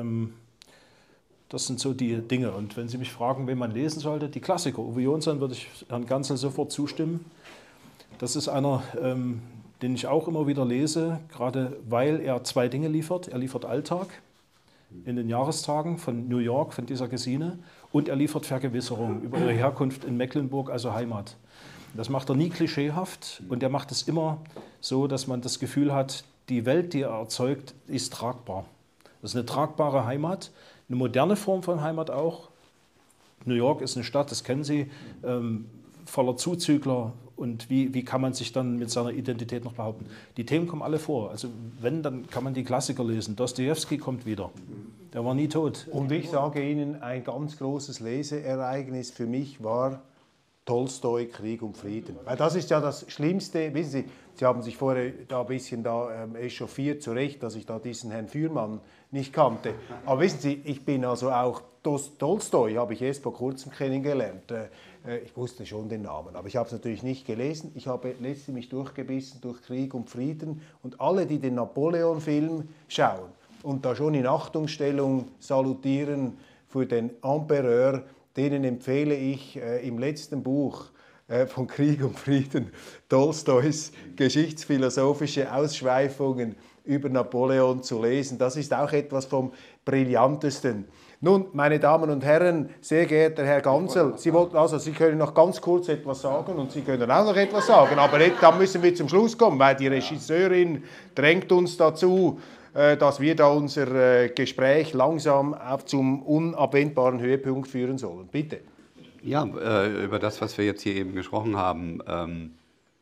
das sind so die Dinge. Und wenn Sie mich fragen, wen man lesen sollte, die Klassiker. Uwe Jonsson würde ich Herrn Gansel sofort zustimmen. Das ist einer, den ich auch immer wieder lese, gerade weil er zwei Dinge liefert. Er liefert Alltag in den Jahrestagen von New York, von dieser Gesine, und er liefert Vergewisserung über ihre Herkunft in Mecklenburg, also Heimat. Das macht er nie klischeehaft und er macht es immer so, dass man das Gefühl hat, die Welt, die er erzeugt, ist tragbar. Das ist eine tragbare Heimat. Eine moderne Form von Heimat auch. New York ist eine Stadt, das kennen Sie, voller Zuzügler. Und wie kann man sich dann mit seiner Identität noch behaupten? Die Themen kommen alle vor. Also wenn, dann kann man die Klassiker lesen. Dostojewski kommt wieder. Der war nie tot. Und ich sage Ihnen, ein ganz großes Leseereignis für mich war Tolstoi, Krieg und Frieden. Weil das ist ja das Schlimmste. Wissen Sie, Sie haben sich vorher da ein bisschen echauffiert, zu Recht, dass ich da diesen Herrn Fürmann nicht kannte. Aber wissen Sie, ich bin also auch Tolstoi, habe ich erst vor kurzem kennengelernt. Ich wusste schon den Namen, aber ich habe es natürlich nicht gelesen. Ich habe letztlich mich durchgebissen durch Krieg und Frieden. Und alle, die den Napoleon-Film schauen und da schon in Achtungsstellung salutieren für den Empereur, denen empfehle ich im letzten Buch von Krieg und Frieden Tolstois geschichtsphilosophische Ausschweifungen über Napoleon zu lesen. Das ist auch etwas vom Brillantesten. Nun, meine Damen und Herren, sehr geehrter Herr Gansel, Sie können noch ganz kurz etwas sagen und Sie können auch noch etwas sagen, aber da müssen wir zum Schluss kommen, weil die Regisseurin drängt uns dazu, dass wir da unser Gespräch langsam zum unabwendbaren Höhepunkt führen sollen. Bitte. Ja, über das, was wir jetzt hier eben gesprochen haben.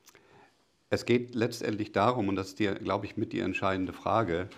Es geht letztendlich darum, und das ist, glaube ich, mit die entscheidende Frage,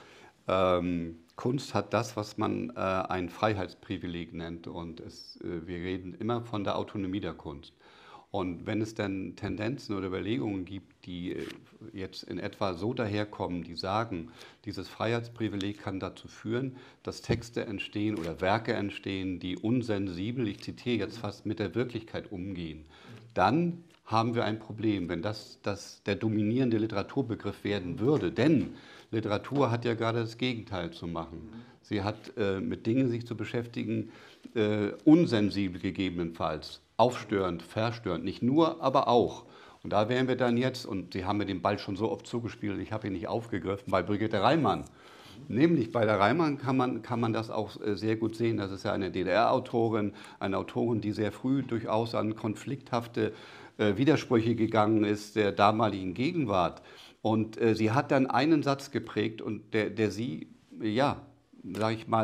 Kunst hat das, was man ein Freiheitsprivileg nennt. Und wir reden immer von der Autonomie der Kunst. Und wenn es dann Tendenzen oder Überlegungen gibt, die jetzt in etwa so daherkommen, die sagen, dieses Freiheitsprivileg kann dazu führen, dass Texte entstehen oder Werke entstehen, die unsensibel, ich zitiere jetzt fast, mit der Wirklichkeit umgehen, dann haben wir ein Problem, wenn das der dominierende Literaturbegriff werden würde. Denn Literatur hat ja gerade das Gegenteil zu machen. Sie hat mit Dingen sich zu beschäftigen, unsensibel gegebenenfalls, aufstörend, verstörend, nicht nur, aber auch. Und da wären wir dann jetzt, und Sie haben mir den Ball schon so oft zugespielt, ich habe ihn nicht aufgegriffen, bei Brigitte Reimann. Nämlich bei der Reimann kann man das auch sehr gut sehen. Das ist ja eine DDR-Autorin, eine Autorin, die sehr früh durchaus an konflikthafte Widersprüche gegangen ist der damaligen Gegenwart. Und sie hat dann einen Satz geprägt, und der sie, ja, sage ich mal,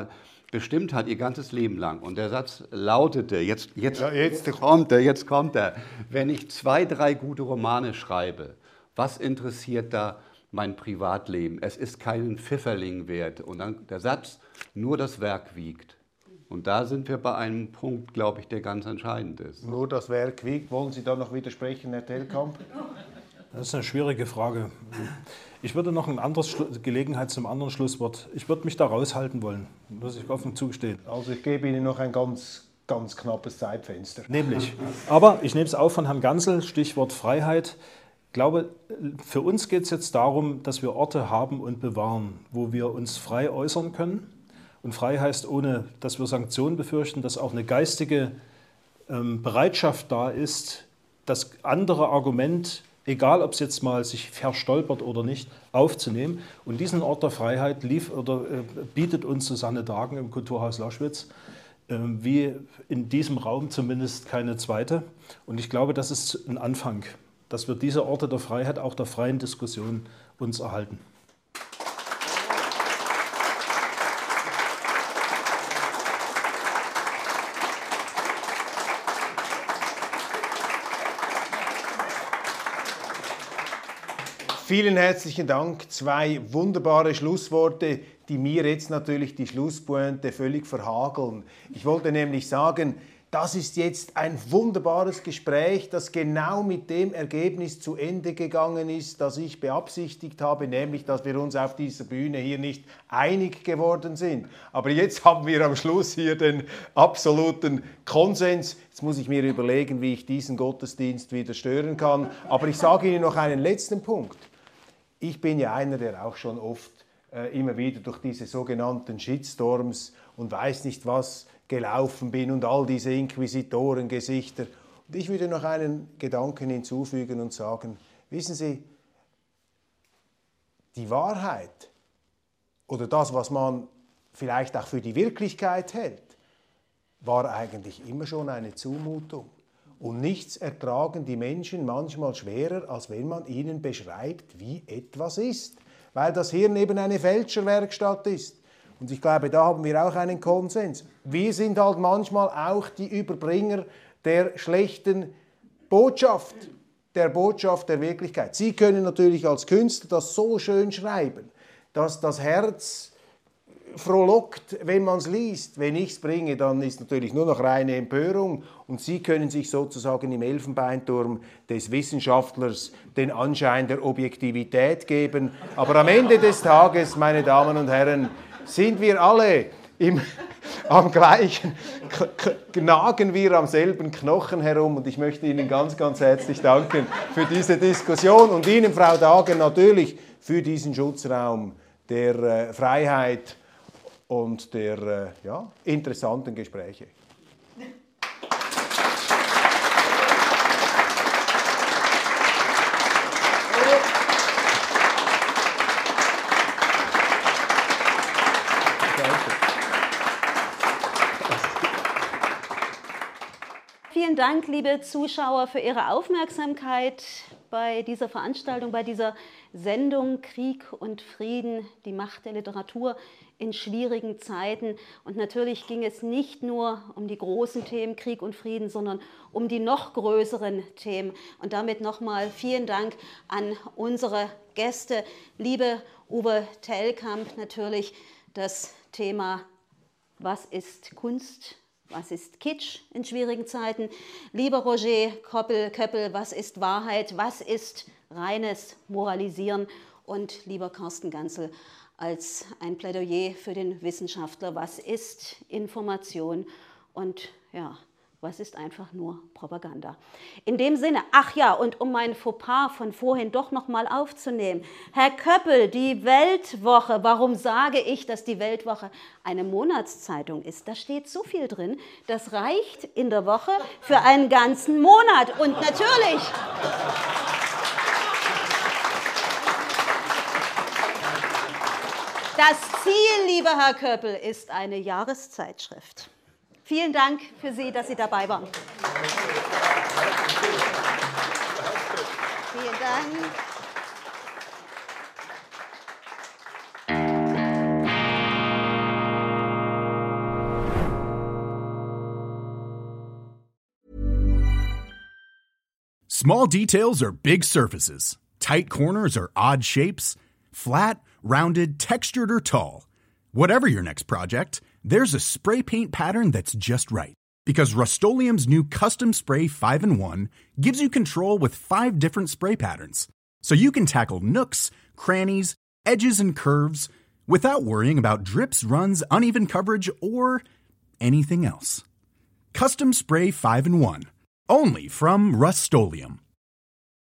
bestimmt hat ihr ganzes Leben lang. Und der Satz lautete, jetzt kommt er, wenn ich 2, 3 gute Romane schreibe, was interessiert da mein Privatleben? Es ist keinen Pfifferling wert. Und dann der Satz, nur das Werk wiegt. Und da sind wir bei einem Punkt, glaube ich, der ganz entscheidend ist. Nur das Werk wiegt. Wollen Sie da noch widersprechen, Herr Telkamp? Das ist eine schwierige Frage. Ich würde noch Gelegenheit zum anderen Schlusswort. Ich würde mich da raushalten wollen, muss ich offen zugestehen. Also ich gebe Ihnen noch ein ganz knappes Zeitfenster. Nämlich. Aber ich nehme es auf von Herrn Gansel, Stichwort Freiheit. Ich glaube, für uns geht es jetzt darum, dass wir Orte haben und bewahren, wo wir uns frei äußern können. Und frei heißt, ohne dass wir Sanktionen befürchten, dass auch eine geistige Bereitschaft da ist, das andere Argument, egal ob es jetzt mal sich verstolpert oder nicht, aufzunehmen. Und diesen Ort der Freiheit bietet uns Susanne Dagen im Kulturhaus Loschwitz, wie in diesem Raum zumindest keine zweite. Und ich glaube, das ist ein Anfang, dass wir diese Orte der Freiheit, auch der freien Diskussion, uns erhalten. Vielen herzlichen Dank. 2 wunderbare Schlussworte, die mir jetzt natürlich die Schlusspointe völlig verhageln. Ich wollte nämlich sagen, das ist jetzt ein wunderbares Gespräch, das genau mit dem Ergebnis zu Ende gegangen ist, das ich beabsichtigt habe, nämlich, dass wir uns auf dieser Bühne hier nicht einig geworden sind. Aber jetzt haben wir am Schluss hier den absoluten Konsens. Jetzt muss ich mir überlegen, wie ich diesen Gottesdienst wieder stören kann. Aber ich sage Ihnen noch einen letzten Punkt. Ich bin ja einer, der auch schon oft immer wieder durch diese sogenannten Shitstorms und weiß nicht was gelaufen bin und all diese Inquisitorengesichter. Und ich würde noch einen Gedanken hinzufügen und sagen, wissen Sie, die Wahrheit oder das, was man vielleicht auch für die Wirklichkeit hält, war eigentlich immer schon eine Zumutung. Und nichts ertragen die Menschen manchmal schwerer, als wenn man ihnen beschreibt, wie etwas ist. Weil das Hirn eben eine Fälscherwerkstatt ist. Und ich glaube, da haben wir auch einen Konsens. Wir sind halt manchmal auch die Überbringer der schlechten Botschaft, der Botschaft der Wirklichkeit. Sie können natürlich als Künstler das so schön schreiben, dass das Herz frohlockt, wenn man es liest. Wenn ich es bringe, dann ist natürlich nur noch reine Empörung. Und Sie können sich sozusagen im Elfenbeinturm des Wissenschaftlers den Anschein der Objektivität geben. Aber am Ende des Tages, meine Damen und Herren, sind wir alle am gleichen, nagen wir am selben Knochen herum. Und ich möchte Ihnen ganz, ganz herzlich danken für diese Diskussion und Ihnen, Frau Dagen, natürlich für diesen Schutzraum der Freiheit und der interessanten Gespräche. Vielen Dank, liebe Zuschauer, für Ihre Aufmerksamkeit bei dieser Veranstaltung, bei dieser Sendung Krieg und Frieden, die Macht der Literatur in schwierigen Zeiten. Und natürlich ging es nicht nur um die großen Themen Krieg und Frieden, sondern um die noch größeren Themen. Und damit nochmal vielen Dank an unsere Gäste. Liebe Uwe Telkamp, natürlich das Thema, was ist Kunst? Was ist Kitsch in schwierigen Zeiten? Lieber Roger Köppel, was ist Wahrheit? Was ist reines Moralisieren? Und lieber Carsten Gansel, als ein Plädoyer für den Wissenschaftler, was ist Information und was ist einfach nur Propaganda? In dem Sinne, ach ja, und um mein Fauxpas von vorhin doch noch mal aufzunehmen. Herr Köppel, die Weltwoche, warum sage ich, dass die Weltwoche eine Monatszeitung ist? Da steht so viel drin, das reicht in der Woche für einen ganzen Monat. Und natürlich... Das Ziel, lieber Herr Köppel, ist eine Jahreszeitschrift. Vielen Dank für Sie, dass Sie dabei waren. Vielen Dank. Small details or big surfaces, tight corners or odd shapes, flat, rounded, textured, or tall. Whatever your next project, there's a spray paint pattern that's just right. Because Rust-Oleum's new Custom Spray 5-in-1 gives you control with 5 different spray patterns. So you can tackle nooks, crannies, edges, and curves without worrying about drips, runs, uneven coverage, or anything else. Custom Spray 5-in-1. Only from Rust-Oleum.